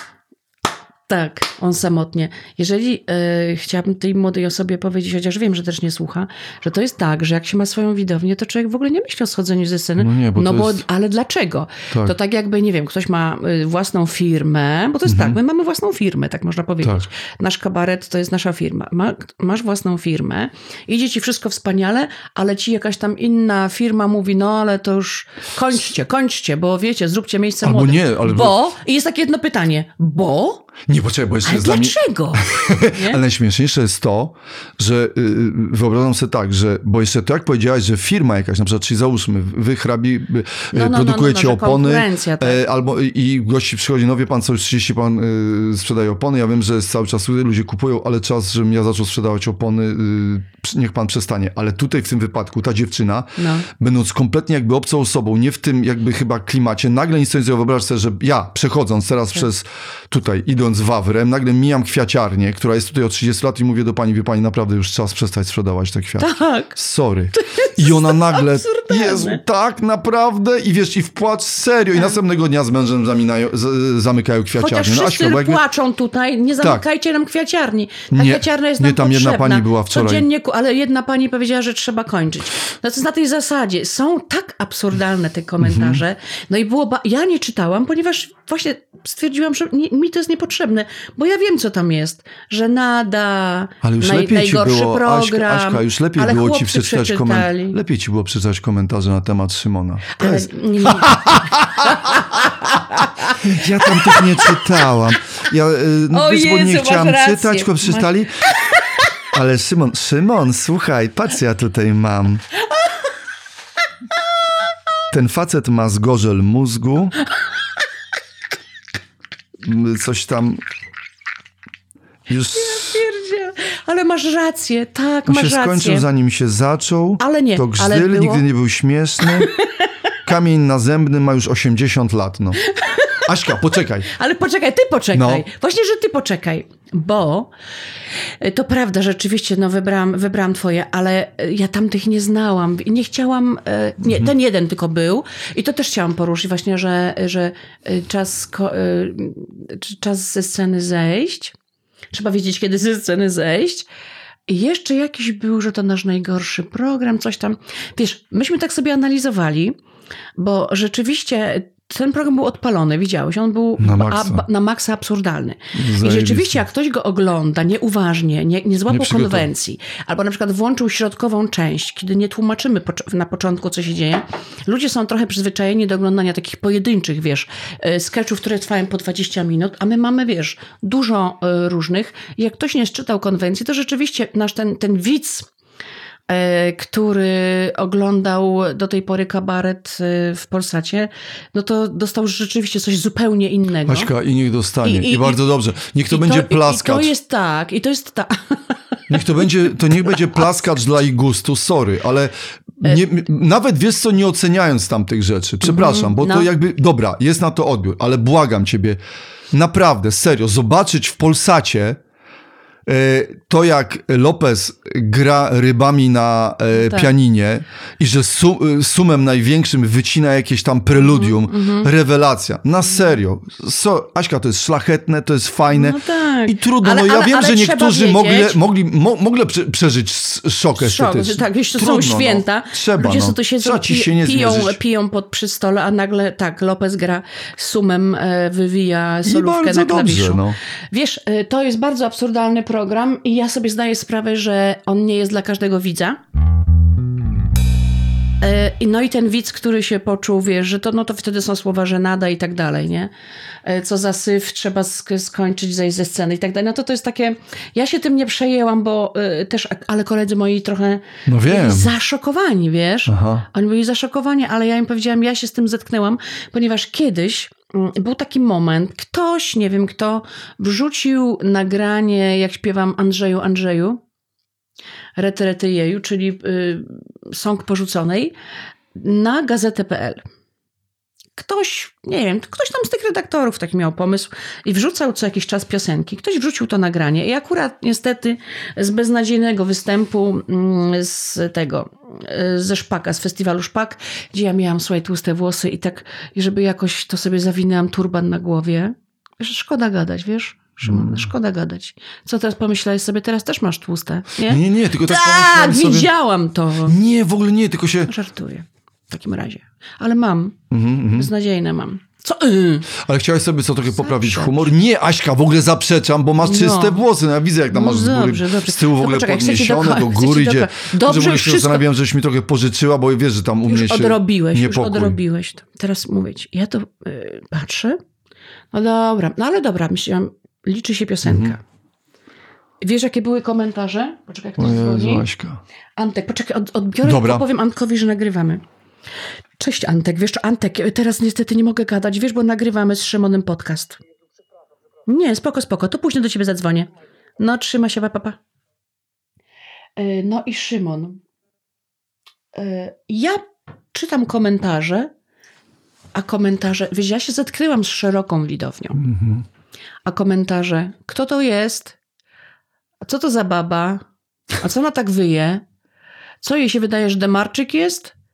Tak, on samotnie. Jeżeli chciałabym tej młodej osobie powiedzieć, chociaż wiem, że też nie słucha, że to jest tak, że jak się ma swoją widownię, to człowiek w ogóle nie myśli o schodzeniu ze sceny. Ale dlaczego? Tak. To tak jakby, nie wiem, ktoś ma własną firmę, bo to jest tak, my mamy własną firmę, tak można powiedzieć. Tak. Nasz kabaret to jest nasza firma. Masz własną firmę, idzie ci wszystko wspaniale, ale ci jakaś tam inna firma mówi, no ale to już kończcie, bo wiecie, zróbcie miejsce młodym. I jest takie jedno pytanie, Nie, poczekaj, bo jeszcze ale dlaczego? Ale najśmieszniejsze jest to, że wyobrażam sobie tak, że, bo jeszcze to jak powiedziałaś, że firma jakaś, na przykład, czyli załóżmy, wy hrabi produkujecie opony, tak. Albo i gości przychodzi, no wie pan co, już 30 pan sprzedaje opony, ja wiem, że cały czas ludzie kupują, ale czas, żebym ja zaczął sprzedawać opony, niech pan przestanie. Ale tutaj w tym wypadku ta dziewczyna, będąc kompletnie jakby obcą osobą, nie w tym jakby chyba klimacie, nagle nic sobie wyobraź sobie, że ja przechodząc teraz przez tutaj, idąc Wawrem, nagle mijam kwiaciarnię, która jest tutaj od 30 lat i mówię do pani, wie pani, naprawdę już czas przestać sprzedawać te kwiaty. Tak. Sorry. I ona nagle Jezu, tak naprawdę? I wiesz, i w płacz serio. I następnego dnia z mężem zamykają kwiaciarnię. Chociaż wszyscy płaczą tutaj, nie zamykajcie nam kwiaciarni. Ta kwiaciarnia jest nam tam potrzebna. Jedna pani była wczoraj. Codziennie, ale jedna pani powiedziała, że trzeba kończyć. No to jest na tej zasadzie. Są tak absurdalne te komentarze. No i było... Ja nie czytałam, ponieważ właśnie stwierdziłam, że mi to jest niepotrzebne. Bo ja wiem, co tam jest. Że nada, ale już najgorszy było, program. Aśka, już lepiej ale było ci przeczytać lepiej ci było przeczytać komentarze na temat Szymona. Ale nie. Ja tam tych nie czytałam. Ja bo nie chciałam czytać, tylko przeczytali. Ale Szymon, słuchaj, patrz, ja tutaj mam. Ten facet ma zgorzel mózgu. Coś tam... Już... Ale masz rację, tak, On masz się rację. skończył, zanim się zaczął. Ale nie, to grzdyl nigdy nie był śmieszny. Kamień nazębny ma już 80 lat, no. Aśka, poczekaj. Ale poczekaj, ty poczekaj. No. Właśnie, że ty poczekaj. Bo to prawda, rzeczywiście, no wybrałam twoje, ale ja tamtych nie znałam. Nie chciałam, nie, ten jeden tylko był. I to też chciałam poruszyć właśnie, że czas ze sceny zejść. Trzeba wiedzieć, kiedy ze sceny zejść. I jeszcze jakiś był, że to nasz najgorszy program, coś tam. Wiesz, myśmy tak sobie analizowali, bo rzeczywiście ten program był odpalony, widziałeś, on był na maksa absurdalny. Zajebiste. I rzeczywiście, jak ktoś go ogląda nieuważnie, nie złapał konwencji, albo na przykład włączył środkową część, kiedy nie tłumaczymy na początku, co się dzieje, ludzie są trochę przyzwyczajeni do oglądania takich pojedynczych, wiesz, sketchów, które trwają po 20 minut, a my mamy, wiesz, dużo różnych. I jak ktoś nie czytał konwencji, to rzeczywiście nasz ten widz, który oglądał do tej pory kabaret w Polsacie, no to dostał rzeczywiście coś zupełnie innego. Aśka, i niech dostanie. I bardzo dobrze. Niech to będzie plaskacz. I to jest tak. Niech będzie plaskacz dla ich gustu, sorry, ale nawet wiesz co, nie oceniając tamtych rzeczy, przepraszam, bo to jakby, dobra, jest na to odbiór, ale błagam ciebie, naprawdę, serio, zobaczyć w Polsacie to, jak Lopez gra rybami na pianinie i że sumem największym wycina jakieś tam preludium, rewelacja. Na serio. Aśka, to jest szlachetne, to jest fajne. No tak. I trudno. Ja wiem, że niektórzy mogli przeżyć szokę estetyczny. Tak, wiesz, to są święta. Ludzie to siedzą, piją przy stole, a nagle tak, Lopez gra sumem, wywija solówkę na klawiszu. Dobrze, no. Wiesz, to jest bardzo absurdalny program i ja sobie zdaję sprawę, że on nie jest dla każdego widza. No i ten widz, który się poczuł, wiesz, że to wtedy są słowa żenada i tak dalej, nie? Co za syf, trzeba skończyć, zejść ze sceny i tak dalej. No to jest takie... Ja się tym nie przejęłam, bo też... Ale koledzy moi trochę byli zaszokowani, wiesz? Aha. Oni byli zaszokowani, ale ja im powiedziałam, ja się z tym zetknęłam, ponieważ kiedyś był taki moment, ktoś, nie wiem kto, wrzucił nagranie, jak śpiewam Andrzeju, Rety jeju, czyli song porzuconej, na gazetę.pl. Ktoś, nie wiem, ktoś tam z tych redaktorów taki miał pomysł i wrzucał co jakiś czas piosenki. Ktoś wrzucił to nagranie i akurat niestety z beznadziejnego występu ze Szpaka, z festiwalu Szpak, gdzie ja miałam, słuchaj, tłuste włosy i tak, żeby jakoś to sobie zawinęłam turban na głowie. Szkoda gadać, wiesz? Szymon, szkoda gadać. Co teraz pomyślałeś sobie? Teraz też masz tłuste, nie? Nie, tylko tak pomyślałam sobie... widziałam to. Nie, w ogóle nie, tylko się... Żartuję. W takim razie. Ale mam. Beznadziejne mam. Co? Ale chciałeś sobie trochę poprawić humor? Nie, Aśka, w ogóle zaprzeczam, bo masz czyste włosy. No ja widzę, jak tam masz z góry, z tyłu w ogóle podniesione, do góry idzie. Dobrze, już się zastanawiam, żeś mi trochę pożyczyła, bo wiesz, że tam u mnie się odrobiłeś to. Teraz mówię ci, ja to patrzę. No dobra, ale dobra, myślałam, liczy się piosenka. Wiesz, jakie były komentarze? Poczekaj, kto dzwoni. Antek, poczekaj, odbiorę i powiem Antkowi, że nagrywamy. Cześć Antek, wiesz, Antek, teraz niestety nie mogę gadać, wiesz, bo nagrywamy z Szymonem podcast. Nie, spoko, to później do ciebie zadzwonię. No, trzyma się, papa. No i Szymon. Ja czytam komentarze, a komentarze, wiesz, ja się zetknęłam z szeroką widownią. A komentarze, kto to jest? A co to za baba? A co ona tak wyje? Co jej się wydaje, że Demarczyk jest?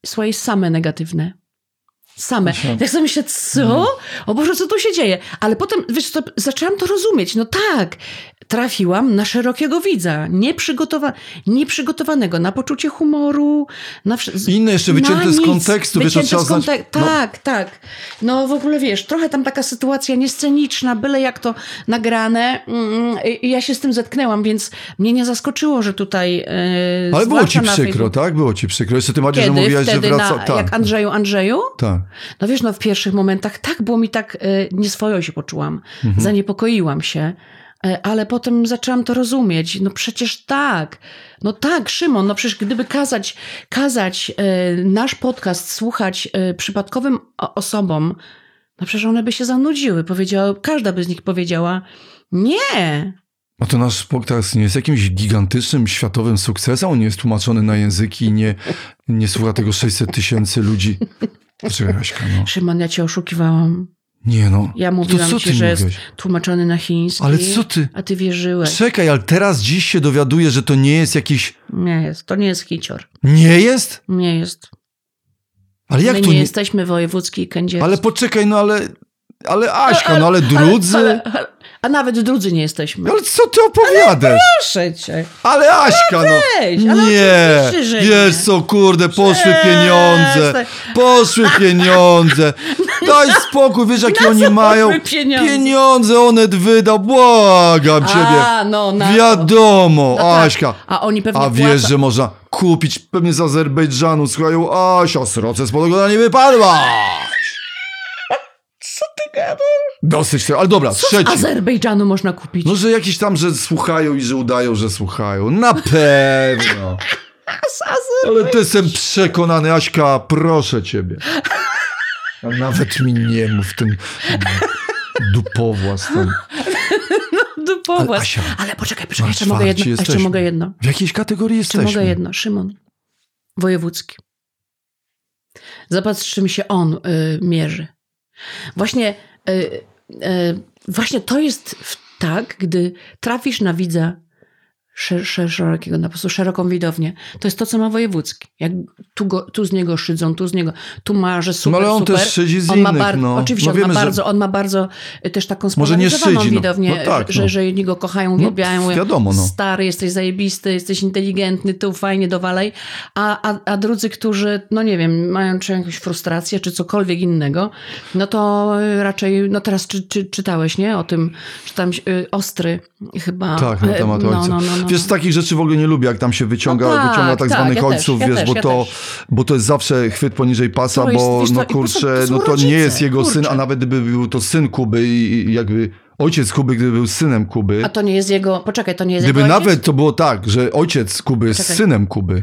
słuchaj, same negatywne. Same. Jak sobie myślę, co? O Boże, co tu się dzieje? Ale potem, wiesz co, zaczęłam to rozumieć. No tak, trafiłam na szerokiego widza, nieprzygotowanego na poczucie humoru. Inne jeszcze wycięte z kontekstu. Tak. No w ogóle wiesz, trochę tam taka sytuacja niesceniczna, byle jak to nagrane. I ja się z tym zetknęłam, więc mnie nie zaskoczyło, że tutaj... Ale było ci przykro, tak? Było ci przykro. Jeszcze tym bardziej, że mówiłaś, że wraca... Jak Andrzeju? Tak. No wiesz, no w pierwszych momentach tak, było mi tak, nieswojo się poczułam. Zaniepokoiłam się, ale potem zaczęłam to rozumieć. No przecież tak. No tak, Szymon, no przecież gdyby kazać nasz podcast słuchać przypadkowym osobom, no przecież one by się zanudziły. Każda by z nich powiedziała, nie. A to nasz podcast nie jest jakimś gigantycznym, światowym sukcesem? On nie jest tłumaczony na języki i nie słucha tego 600 000 ludzi. Poczekaj, Aśka, no. Szymon, ja cię oszukiwałam. Nie no. Ja mówiłam ci, że jest tłumaczony na chiński. Ale co ty? A ty wierzyłeś. Czekaj, ale dziś się dowiaduję, że to nie jest jakiś... Nie jest. To nie jest hicior. Nie jest? Nie jest. Ale jak My to nie jesteśmy wojewódzki i kędzierski. Ale poczekaj, no ale Aśka, no ale drudzy... A nawet drudzy nie jesteśmy. Ale co ty opowiadasz? Ale proszę cię. Ale Aśka, no. Nie. Wiesz co, kurde, poszły pieniądze. Poszły pieniądze. Daj spokój, wiesz jakie oni mają. Pieniądze Onet wydał, błagam ciebie. Wiadomo, Aśka. A oni pewnie A wiesz, że można kupić pewnie z Azerbejdżanu. Słuchaj, Asia, sroce spod ogona nie wypadła. Co ty gadasz? Dosyć tego, ale dobra, trzeci. Z Azerbejdżanu można kupić? No, że jakieś tam, że słuchają i że udają, że słuchają. Na pewno. Ale ty jestem przekonany, Aśka, proszę ciebie. A nawet mi nie mów ten dupowłas tam. No, dupowłas. Ale poczekaj, jeszcze mogę jedno. W jakiej kategorii jesteśmy? Jeszcze mogę jedno. Szymon. Wojewódzki. Zobacz, z czym się on mierzy. Właśnie to jest tak, gdy trafisz na widza szerokiego, po prostu szeroką widownię. To jest to, co ma wojewódzki. Jak tu z niego szydzą, tu ma, że super, no ale on super. też szydzi z innych, Oczywiście, on ma bardzo też taką spolaryzowaną widownię, tak, że jedni go kochają, uwielbiają. Wiadomo, Stary, jesteś zajebisty, jesteś inteligentny, tu fajnie, dowalej. A drudzy, którzy, no nie wiem, mają czy jakąś frustrację, czy cokolwiek innego, no to raczej, no teraz czytałeś, nie? O tym, że tam Ostry chyba... Tak, na temat ojca. Wiesz, takich rzeczy w ogóle nie lubię, jak tam się wyciąga tak zwanych ojców, bo to jest zawsze chwyt poniżej pasa, bo to nie jest jego syn, a nawet gdyby był to syn Kuby i jakby ojciec Kuby, gdyby był synem Kuby. A to nie jest jego, poczekaj, to nie jest gdyby jego nawet to było tak, że ojciec Kuby jest synem Kuby.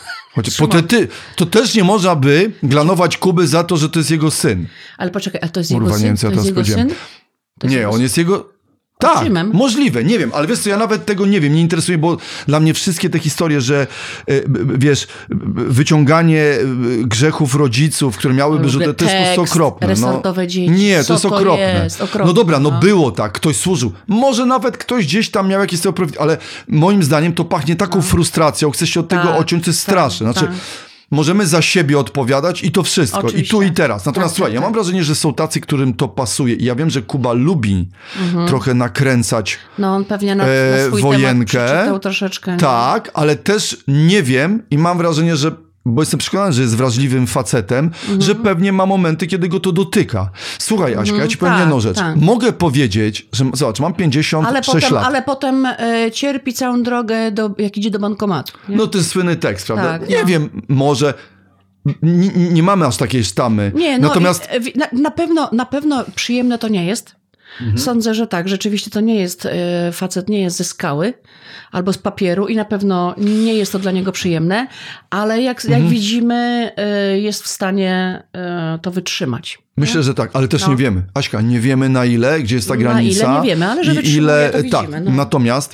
To też nie można by glanować Kuby za to, że to jest jego syn. Ale poczekaj, a to jest jego syn? To jest jego syn? Nie, on jest jego... Tak, możliwe, nie wiem, ale wiesz co, ja nawet tego nie wiem, nie interesuje, bo dla mnie wszystkie te historie, że wiesz, wyciąganie grzechów rodziców, które miałyby, że to jest po prostu okropne. Resortowe dzieci. Nie, to jest okropne. No dobra, było tak, ktoś służył. Może nawet ktoś gdzieś tam miał jakiś tego profit, ale moim zdaniem to pachnie taką frustracją, chce się od tego odciąć, to jest straszne. Znaczy, możemy za siebie odpowiadać i to wszystko. Oczywiście. I tu i teraz. Natomiast słuchaj, ja mam wrażenie, że są tacy, którym to pasuje. I ja wiem, że Kuba lubi trochę nakręcać on pewnie na swój wojenkę. Temat przeczytał troszeczkę. Tak, ale też nie wiem i mam wrażenie, że bo jestem przekonany, że jest wrażliwym facetem, że pewnie ma momenty, kiedy go to dotyka. Słuchaj, Aśka, ja ci powiem jedną rzecz. Mogę powiedzieć, że zobacz, mam 56 lat. Ale potem cierpi całą drogę, jak idzie do bankomatu. Nie? No to jest słynny tekst, prawda? Tak, nie wiem, może... Nie mamy aż takiej sztamy. Nie, natomiast... Na pewno przyjemne to nie jest. Sądzę, że tak. Rzeczywiście to nie jest, facet nie jest ze skały albo z papieru i na pewno nie jest to dla niego przyjemne, ale jak widzimy, jest w stanie to wytrzymać. Myślę, że tak, ale też nie wiemy. Aśka, nie wiemy na ile, gdzie jest ta granica. Na ile nie wiemy, ale że wytrzymuje, to widzimy. Tak, natomiast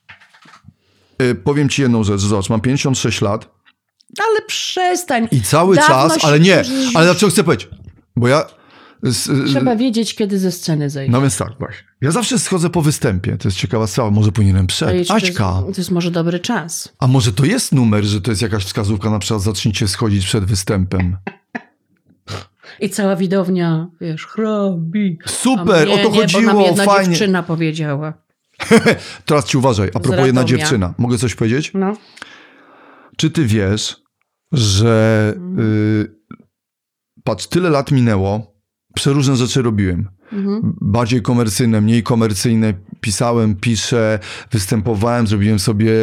powiem ci jedną rzecz. Zobacz, mam 56 lat. Ale przestań. I cały czas, ale nie. Ale dlaczego chcę powiedzieć? Bo ja Trzeba wiedzieć, kiedy ze sceny zejść. No więc tak, właśnie. Ja zawsze schodzę po występie. To jest ciekawa sprawa. Może powinienem przed. Aśka. To jest może dobry czas. A może to jest numer, że to jest jakaś wskazówka, na przykład zacznijcie schodzić przed występem. I cała widownia, wiesz, chrobi. Super, o to chodziło, bo nam jedna fajnie. dziewczyna powiedziała. Teraz ci uważaj, a propos jedna dziewczyna. Mogę coś powiedzieć? No. Czy ty wiesz, że patrz, tyle lat minęło, przeróżne rzeczy robiłem. Bardziej komercyjne, mniej komercyjne. Pisałem, piszę, występowałem, zrobiłem sobie,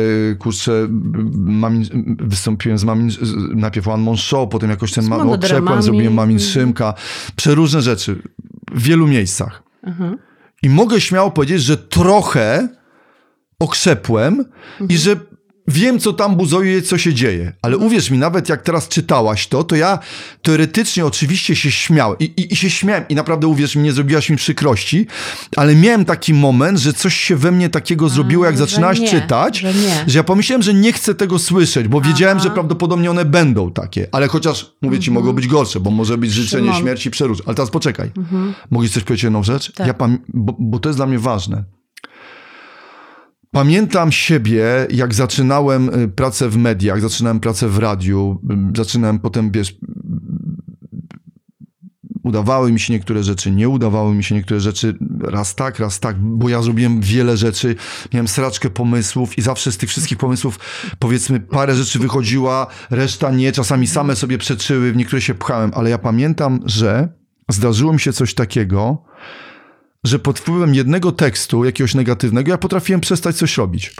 wystąpiłem z Mamin, najpierw One Man Show, potem jakoś ten okrzepłem, zrobiłem Mamin Szymka. Przeróżne rzeczy w wielu miejscach. I mogę śmiało powiedzieć, że trochę okrzepłem i że wiem, co tam buzuje, co się dzieje. Ale uwierz mi, nawet jak teraz czytałaś to ja teoretycznie oczywiście się śmiałem. I się śmiałem. I naprawdę, uwierz mi, nie zrobiłaś mi przykrości, ale miałem taki moment, że coś się we mnie takiego zrobiło, jak zaczynałaś czytać, że ja pomyślałem, że nie chcę tego słyszeć, bo wiedziałem, że prawdopodobnie one będą takie. Ale chociaż, mówię ci, mogą być gorsze, bo może być życzenie śmierci, przeróż. Ale teraz poczekaj. Mogę coś powiedzieć jedną rzecz? Tak. Bo to jest dla mnie ważne. Pamiętam siebie, jak zaczynałem pracę w mediach, zaczynałem pracę w radiu, zaczynałem potem, wiesz, udawały mi się niektóre rzeczy, nie udawały mi się niektóre rzeczy, raz tak, bo ja zrobiłem wiele rzeczy, miałem sraczkę pomysłów i zawsze z tych wszystkich pomysłów, powiedzmy, parę rzeczy wychodziła, reszta nie, czasami same sobie przeczyły, w niektóre się pchałem, ale ja pamiętam, że zdarzyło mi się coś takiego, że pod wpływem jednego tekstu, jakiegoś negatywnego, ja potrafiłem przestać coś robić.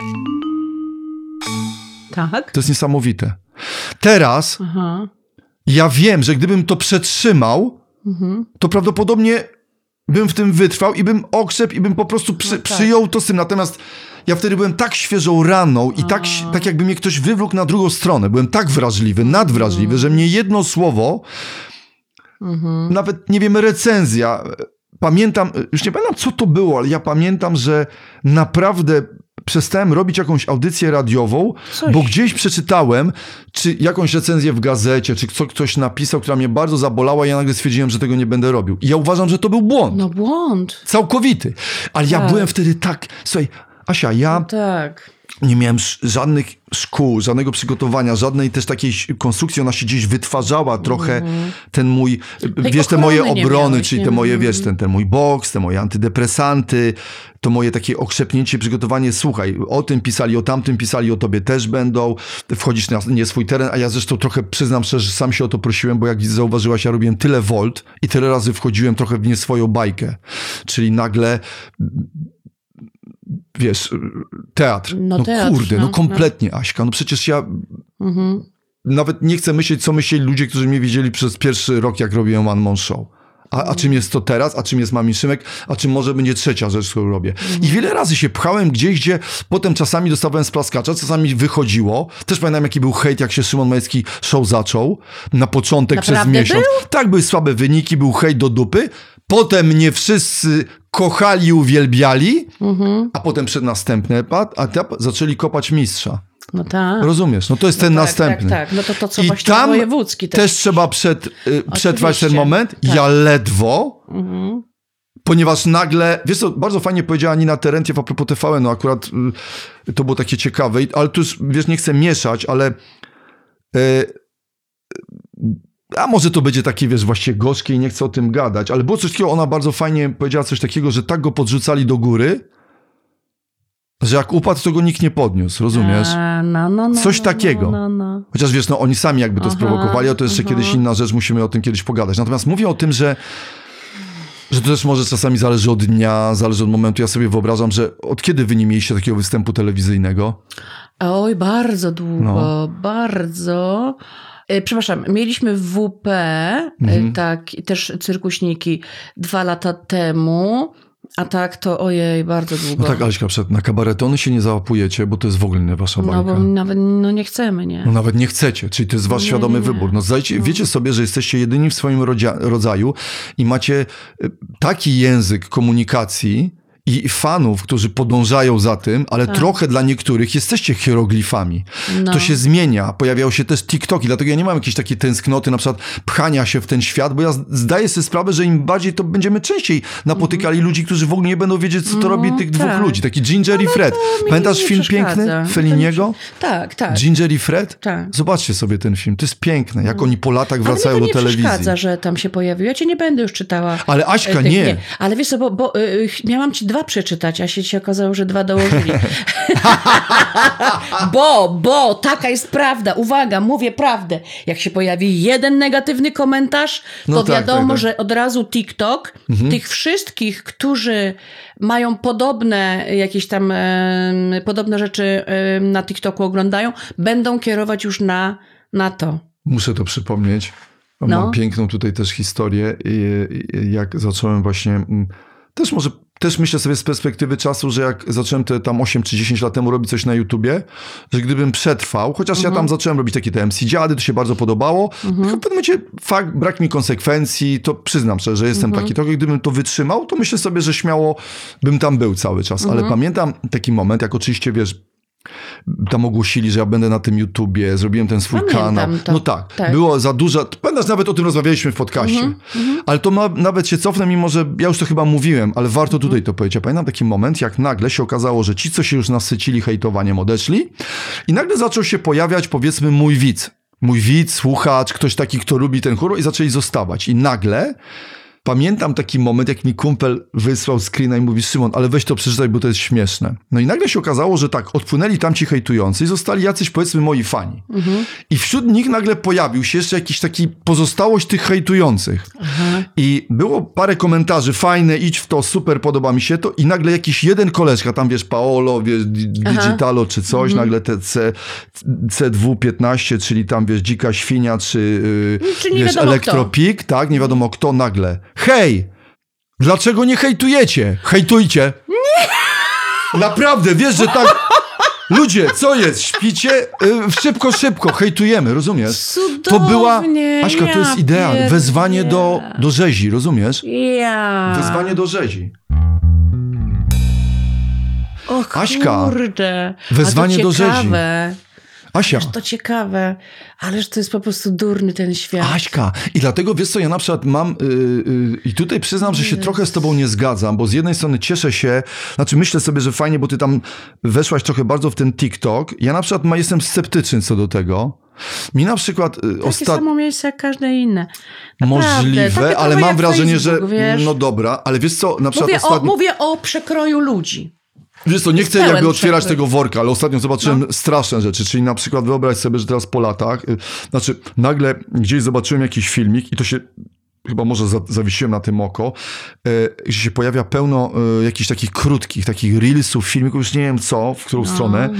Tak? To jest niesamowite. Teraz ja wiem, że gdybym to przetrzymał, to prawdopodobnie bym w tym wytrwał i bym okrzepł i bym po prostu przyjął to z tym. Natomiast ja wtedy byłem tak świeżą raną i tak jakby mnie ktoś wywlókł na drugą stronę. Byłem tak wrażliwy, nadwrażliwy, że mnie jedno słowo, nawet, nie wiem, recenzja... Pamiętam, już nie pamiętam, co to było, ale ja pamiętam, że naprawdę przestałem robić jakąś audycję radiową, bo gdzieś przeczytałem, czy jakąś recenzję w gazecie, czy ktoś napisał, która mnie bardzo zabolała i ja nagle stwierdziłem, że tego nie będę robił. I ja uważam, że to był błąd. No błąd. Całkowity. Ale ja byłem wtedy tak... Słuchaj, Asia, ja... No tak. Nie miałem żadnych szkół, żadnego przygotowania, żadnej też takiej konstrukcji. Ona się gdzieś wytwarzała trochę, ten mój, wiesz, te moje obrony, czyli te moje, wiesz, ten mój boks, te moje antydepresanty, to moje takie okrzepnięcie, przygotowanie. Słuchaj, o tym pisali, o tamtym pisali, o tobie też będą. Wchodzisz na nie swój teren, a ja zresztą trochę przyznam szczerze, że sam się o to prosiłem, bo jak zauważyłaś, ja robiłem tyle volt i tyle razy wchodziłem trochę w nie swoją bajkę. Czyli nagle... Wiesz, teatr. No teatr, kurde, no kompletnie, Aśka. No przecież ja nawet nie chcę myśleć, co myśleli ludzie, którzy mnie widzieli przez pierwszy rok, jak robiłem One Man Show. A czym jest to teraz? A czym jest Mamin Szymek? A czym może będzie trzecia rzecz, którą robię? I wiele razy się pchałem gdzieś, gdzie potem czasami dostawałem splaskacza, czasami wychodziło. Też pamiętam, jaki był hejt, jak się Szymon Majewski show zaczął. Na początek Naprawdę przez miesiąc. Był? Tak, były słabe wyniki, był hejt do dupy. Potem mnie wszyscy kochali i uwielbiali, a potem przed następny etap zaczęli kopać mistrza. No tak. Rozumiesz? No to jest ten następny. Tak. No to co I właśnie tam wojewódzki też trzeba przetrwać ten moment. Tak. Ja ledwo, ponieważ nagle, wiesz co, bardzo fajnie powiedziała Nina Terentiew a propos TVN, no akurat to było takie ciekawe, ale tu już, wiesz, nie chcę mieszać, ale a może to będzie takie, wiesz, właściwie gorzkie i nie chcę o tym gadać, ale było coś takiego, ona bardzo fajnie powiedziała coś takiego, że tak go podrzucali do góry, że jak upadł, to go nikt nie podniósł, rozumiesz? Coś takiego. Chociaż wiesz, no oni sami jakby to sprowokowali, a to jeszcze kiedyś inna rzecz, musimy o tym kiedyś pogadać. Natomiast mówię o tym, że to też może czasami zależy od dnia, zależy od momentu. Ja sobie wyobrażam, że od kiedy wy nie mieliście takiego występu telewizyjnego? Oj, bardzo długo, bardzo... Przepraszam, mieliśmy w WP, tak, i też cyrkuśniki 2 lata temu, a tak to ojej, bardzo długo. No tak, Aleśka, na kabaretony się nie załapujecie, bo to jest w ogóle nie wasza bajka. No bo nawet nie chcemy, nie? No nawet nie chcecie, czyli to jest wasz świadomy wybór. No wiecie sobie, że jesteście jedyni w swoim rodzaju i macie taki język komunikacji i fanów, którzy podążają za tym, ale trochę dla niektórych jesteście hieroglifami. No. To się zmienia. Pojawiają się też TikToki, dlatego ja nie mam jakiejś takiej tęsknoty, na przykład pchania się w ten świat, bo ja zdaję sobie sprawę, że im bardziej to będziemy częściej napotykali ludzi, którzy w ogóle nie będą wiedzieć, co to robi tych dwóch ludzi. Taki Ginger i Fred. Pamiętasz film piękny Felliniego? Tak. Ginger i Fred? Tak. Zobaczcie sobie ten film. To jest piękne, jak oni po latach wracają do telewizji. Ale mnie to nie przeszkadza, że tam się pojawił. Ja cię nie będę już czytała. Ale Aśka nie. Ale wiesz co, bo miałam ci 2 przeczytać, a się okazało, że 2 dołożyli. bo taka jest prawda. Uwaga, mówię prawdę. Jak się pojawi 1 negatywny komentarz, to wiadomo, że od razu TikTok tych wszystkich, którzy mają podobne jakieś tam podobne rzeczy na TikToku oglądają, będą kierować już na to. Muszę to przypomnieć. Mam piękną tutaj też historię, jak zacząłem właśnie, też myślę sobie z perspektywy czasu, że jak zacząłem te tam 8 czy 10 lat temu robić coś na YouTubie, że gdybym przetrwał, chociaż ja tam zacząłem robić takie te MC dziady, to się bardzo podobało, w pewnym momencie brak mi konsekwencji, to przyznam szczerze, że jestem taki trochę, gdybym to wytrzymał, to myślę sobie, że śmiało bym tam był cały czas, ale pamiętam taki moment, jak oczywiście wiesz, tam ogłosili, że ja będę na tym YouTubie, zrobiłem ten swój kanał. To. No tak, było za dużo. Pamiętasz, nawet o tym rozmawialiśmy w podcaście. Ale to nawet się cofnę, mimo że ja już to chyba mówiłem, ale warto tutaj to powiedzieć. Ja pamiętam taki moment, jak nagle się okazało, że ci, co się już nasycili hejtowaniem, odeszli i nagle zaczął się pojawiać, powiedzmy, mój widz, słuchacz, ktoś taki, kto lubi ten humor i zaczęli zostawać. I nagle pamiętam taki moment, jak mi kumpel wysłał screena i mówi: Szymon, ale weź to przeczytaj, bo to jest śmieszne. No i nagle się okazało, że tak, odpłynęli tamci hejtujący i zostali jacyś, powiedzmy, moi fani. I wśród nich nagle pojawił się jeszcze jakiś taki pozostałość tych hejtujących. I było parę komentarzy, fajne, idź w to, super, podoba mi się to. I nagle jakiś jeden koleżka, tam wiesz, Paolo, wiesz, Digitalo czy coś, nagle te C215, czyli tam wiesz, Dzika Świnia, czy wiesz, Elektropik, tak, nie wiadomo kto, nagle. Hej! Dlaczego nie hejtujecie? Hejtujcie! Nie! Naprawdę, wiesz, że tak... Ludzie, co jest? Śpicie? Szybko, hejtujemy, rozumiesz? Cudownie, to była... Aśka, to jest idea. Wezwanie do rzezi, rozumiesz? Wezwanie do rzezi. O kurde. Wezwanie do rzezi. Asia. Ależ to ciekawe, ależ to jest po prostu durny ten świat. Aśka. I dlatego, wiesz co, ja na przykład mam, i tutaj przyznam, że się trochę z tobą nie zgadzam, bo z jednej strony cieszę się, znaczy myślę sobie, że fajnie, bo ty tam weszłaś trochę bardzo w ten TikTok. Ja na przykład jestem sceptyczny co do tego. Mi na przykład takie samo miejsce jak każde inne. Naprawdę, możliwe, ale mam wrażenie, Facebook, że no dobra, ale wiesz co, na przykład mówię o przekroju ludzi. Wiesz co, nie chcę jakby otwierać tego worka, ale ostatnio zobaczyłem straszne rzeczy, czyli na przykład wyobraź sobie, że teraz po latach, znaczy nagle gdzieś zobaczyłem jakiś filmik i to się, chyba może zawiesiłem na tym oko, gdzie się pojawia pełno jakichś takich krótkich, takich reelsów, filmików, już nie wiem co, w którą stronę,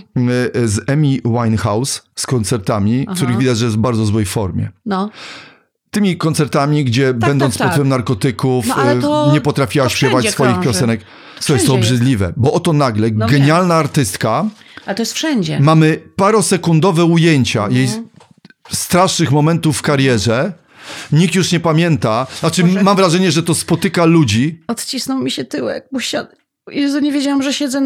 z Amy Winehouse, z koncertami, których widać, że jest w bardzo złej formie. Tymi koncertami, gdzie będąc pod wpływem narkotyków nie potrafiła śpiewać swoich piosenek. To jest to obrzydliwe, bo oto nagle genialna artystka. A to jest wszędzie. Mamy parosekundowe ujęcia jej strasznych momentów w karierze. Nikt już nie pamięta. Znaczy, mam wrażenie, że to spotyka ludzi. Odcisnął mi się tyłek, bo Jezu, nie wiedziałam, że siedzę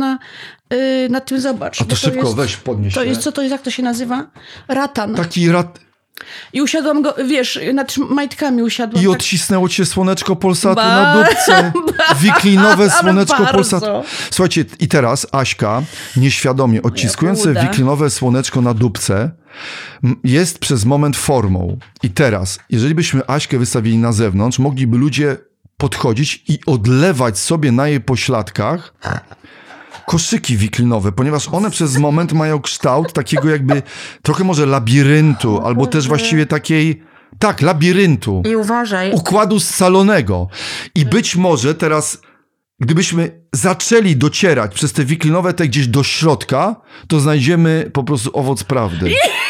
na tym, zobacz. A to szybko, weź podnieś. To jest, co to jest, jak to się nazywa? Ratan. Taki I usiadłam go, wiesz, nad majtkami usiadłam. I odcisnęło cię słoneczko Polsatu na dupce. Wiklinowe słoneczko Polsatu. Słuchajcie, i teraz Aśka, nieświadomie odciskując sobie wiklinowe słoneczko na dupce, jest przez moment formą. I teraz, jeżeli byśmy Aśkę wystawili na zewnątrz, mogliby ludzie podchodzić i odlewać sobie na jej pośladkach koszyki wiklinowe, ponieważ one przez moment mają kształt takiego jakby trochę może labiryntu, albo też właściwie takiej, labiryntu. I uważaj. Układu scalonego. I być może teraz, gdybyśmy zaczęli docierać przez te wiklinowe te gdzieś do środka, to znajdziemy po prostu owoc prawdy.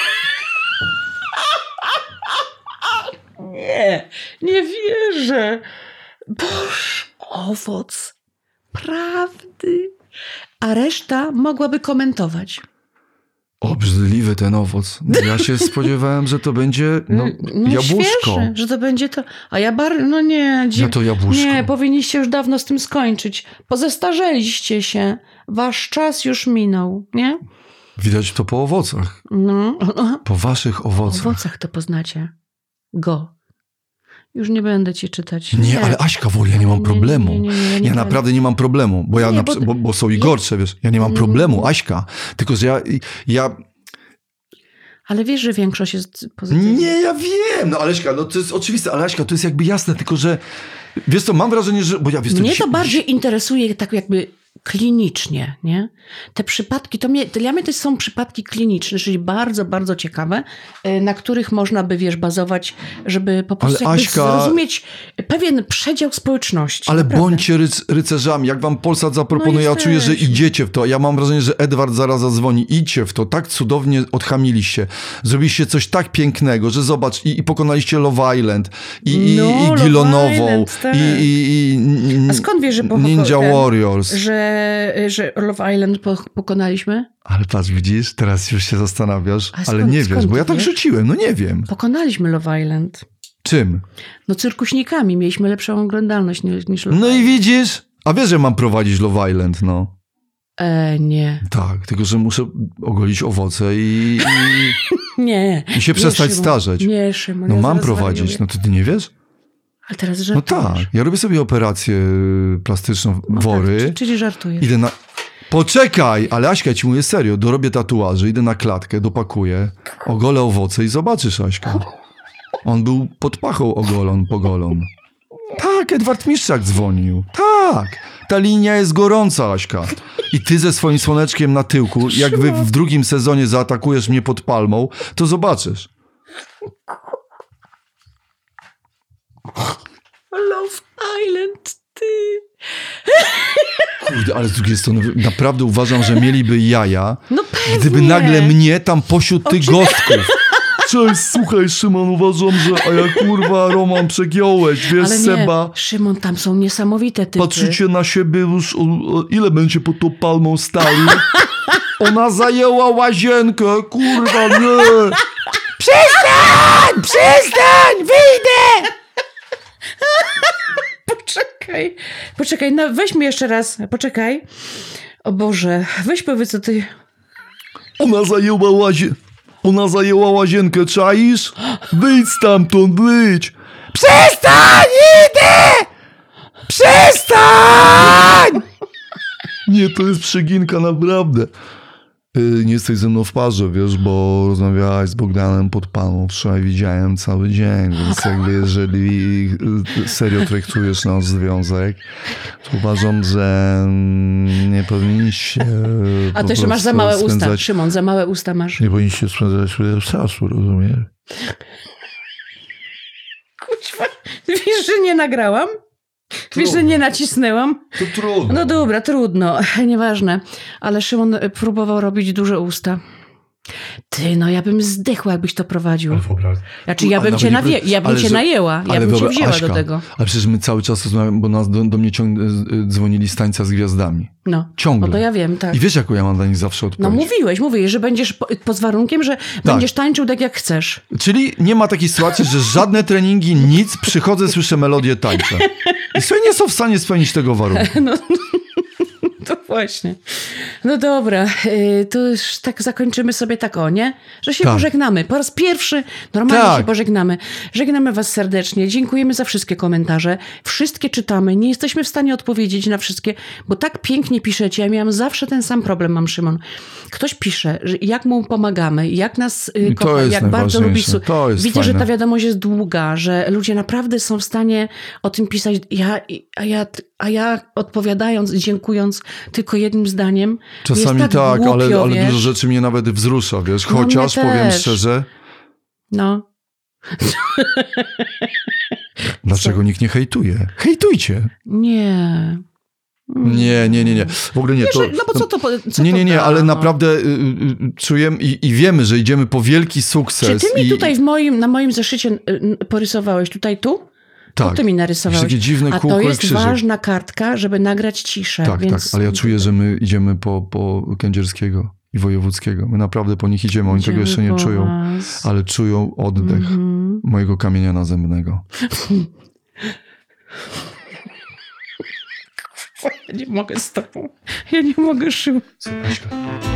Nie wierzę. Boże, owoc prawdy. A reszta mogłaby komentować. Obrzydliwy ten owoc. Ja się spodziewałem, że to będzie jabłuszko. Świeże, że to będzie to. A ja no nie. Ja to jabłuszko. Nie, powinniście już dawno z tym skończyć. Pozestarzeliście się. Wasz czas już minął, nie? Widać to po owocach. No. Po waszych owocach. Po owocach to poznacie. Już nie będę ci czytać. Nie, ale Aśka woli, ja nie mam problemu. Nie ja naprawdę nie mam problemu, bo ja bo są i gorsze, wiesz. Ja nie mam problemu, Aśka. Tylko, że ja... Ale wiesz, że większość jest pozytywna. Nie, ja wiem. No Aleśka, no to jest oczywiste, ale Aśka, to jest jakby jasne, tylko, że wiesz co, mam wrażenie, że... Bo ja, wiesz, mnie to bardziej interesuje tak jakby klinicznie, nie? Te przypadki, dla mnie to są przypadki kliniczne, czyli bardzo, bardzo ciekawe, na których można by, wiesz, bazować, żeby po prostu jakby zrozumieć pewien przedział społeczności. Ale naprawdę. bądźcie rycerzami. Jak wam Polsat zaproponuje, ja czuję, że idziecie w to. Ja mam wrażenie, że Edward zaraz zadzwoni. Idźcie w to. Tak cudownie odchamiliście. Zrobiliście coś tak pięknego, że zobacz, i pokonaliście Love Island, i Gilonową, A skąd wiesz, że Ninja Warriors. Że Love Island pokonaliśmy? Ale patrz, widzisz, teraz już się zastanawiasz, ale nie wiesz, bo ja tak rzuciłem, no nie wiem. Pokonaliśmy Love Island. Czym? No cyrkuśnikami, mieliśmy lepszą oglądalność niż Love No Island. i widzisz, a wiesz, że mam prowadzić Love Island, no. Nie. Tak, tylko że muszę ogolić owoce i się przestać starzeć. Nie, Szymon. No mam prowadzić, no to ty nie wiesz? Ale teraz żartujesz. No tak, ja robię sobie operację plastyczną, wory. Tak, czyli żartujesz. Idę na... Poczekaj, ale Aśka, ja ci mówię serio, dorobię tatuaże, idę na klatkę, dopakuję, ogolę owoce i zobaczysz, Aśka. On był pod pachą pogolon. Tak, Edward Miszczak dzwonił. Tak, ta linia jest gorąca, Aśka. I ty ze swoim słoneczkiem na tyłku, jak w drugim sezonie zaatakujesz mnie pod palmą, to zobaczysz. Love Island, ty. Kurde, ale z drugiej strony naprawdę uważam, że mieliby jaja, No pewnie. gdyby nagle mnie tam pośród tych gostków. Cześć, słuchaj, Szymon, uważam, że... A ja, kurwa, Roman, przegiąłeś, wiesz, ale nie, Seba... Szymon, tam są niesamowite typy. Patrzycie na siebie już, ile będzie pod tą palmą stali? Ona zajęła łazienkę, kurwa, nie! Przestań, wyjdę! Poczekaj, no weź mi jeszcze raz, poczekaj. O Boże, weź powiedz, co ty... Ona zajęła łazienkę, czaisz? Wyjdź stamtąd, wyjdź! Przestań, idę! Przestań! Nie, to jest przeginka, naprawdę. Nie jesteś ze mną w parze, wiesz, bo rozmawiałaś z Bogdanem pod palmą. Wczoraj widziałem cały dzień, więc jakby jeżeli serio traktujesz nasz związek, to uważam, że nie powinniście A ty jeszcze masz za małe usta, Szymon, za małe usta masz. Nie powinniście spędzać czasu, rozumiesz? Kuźwa, wiesz, że nie nagrałam? Wiesz, że nie nacisnęłam? To trudno. No dobra, trudno, nieważne. Ale Szymon próbował robić duże usta. Ty, no ja bym zdechła, jakbyś to prowadził. Znaczy, ja bym cię najęła. Ja bym cię wzięła Aśka, do tego. Ale przecież my cały czas rozmawiamy, bo do mnie dzwonili z Tańca z Gwiazdami. No. Ciągle. No to ja wiem, tak. I wiesz, jaką ja mam dla nich zawsze odpowiedź? No mówiłeś, że będziesz pod warunkiem, że będziesz tańczył tak, jak chcesz. Czyli nie ma takiej sytuacji, że żadne treningi, nic, przychodzę, słyszę melodię, tańczę. I sobie nie są w stanie spełnić tego warunku. No. To właśnie. No dobra, to już tak zakończymy sobie tak, nie? Że się pożegnamy. Po raz pierwszy normalnie się pożegnamy. Żegnamy was serdecznie. Dziękujemy za wszystkie komentarze. Wszystkie czytamy. Nie jesteśmy w stanie odpowiedzieć na wszystkie, bo tak pięknie piszecie. Ja miałam zawsze ten sam problem, mam Szymon. Ktoś pisze, że jak mu pomagamy, jak nas kocha, jak bardzo lubi. Widzę, że ta wiadomość jest długa, że ludzie naprawdę są w stanie o tym pisać. A ja odpowiadając, dziękując tylko jednym zdaniem. Czasami jest tak głupio, ale dużo rzeczy mnie nawet wzrusza, wiesz. Chociaż, powiem szczerze... No. Dlaczego nikt nie hejtuje? Hejtujcie! Nie. W ogóle nie. No bo co to... Nie, ale naprawdę czujemy i wiemy, że idziemy po wielki sukces. Czy ty mi tutaj na moim zeszycie porysowałeś? Tutaj tu? Tak. To ty mi narysowałeś. Takie dziwne kółko. A to jest ważna kartka, żeby nagrać ciszę. Tak, więc... ale ja czuję, że my idziemy po Kędzierskiego i wojewódzkiego. My naprawdę po nich idziemy, oni tego jeszcze nie czują, ale czują oddech mojego kamienia nazębnego. Ja nie mogę z tobą. Ja nie mogę, Szył. Co, Aśka?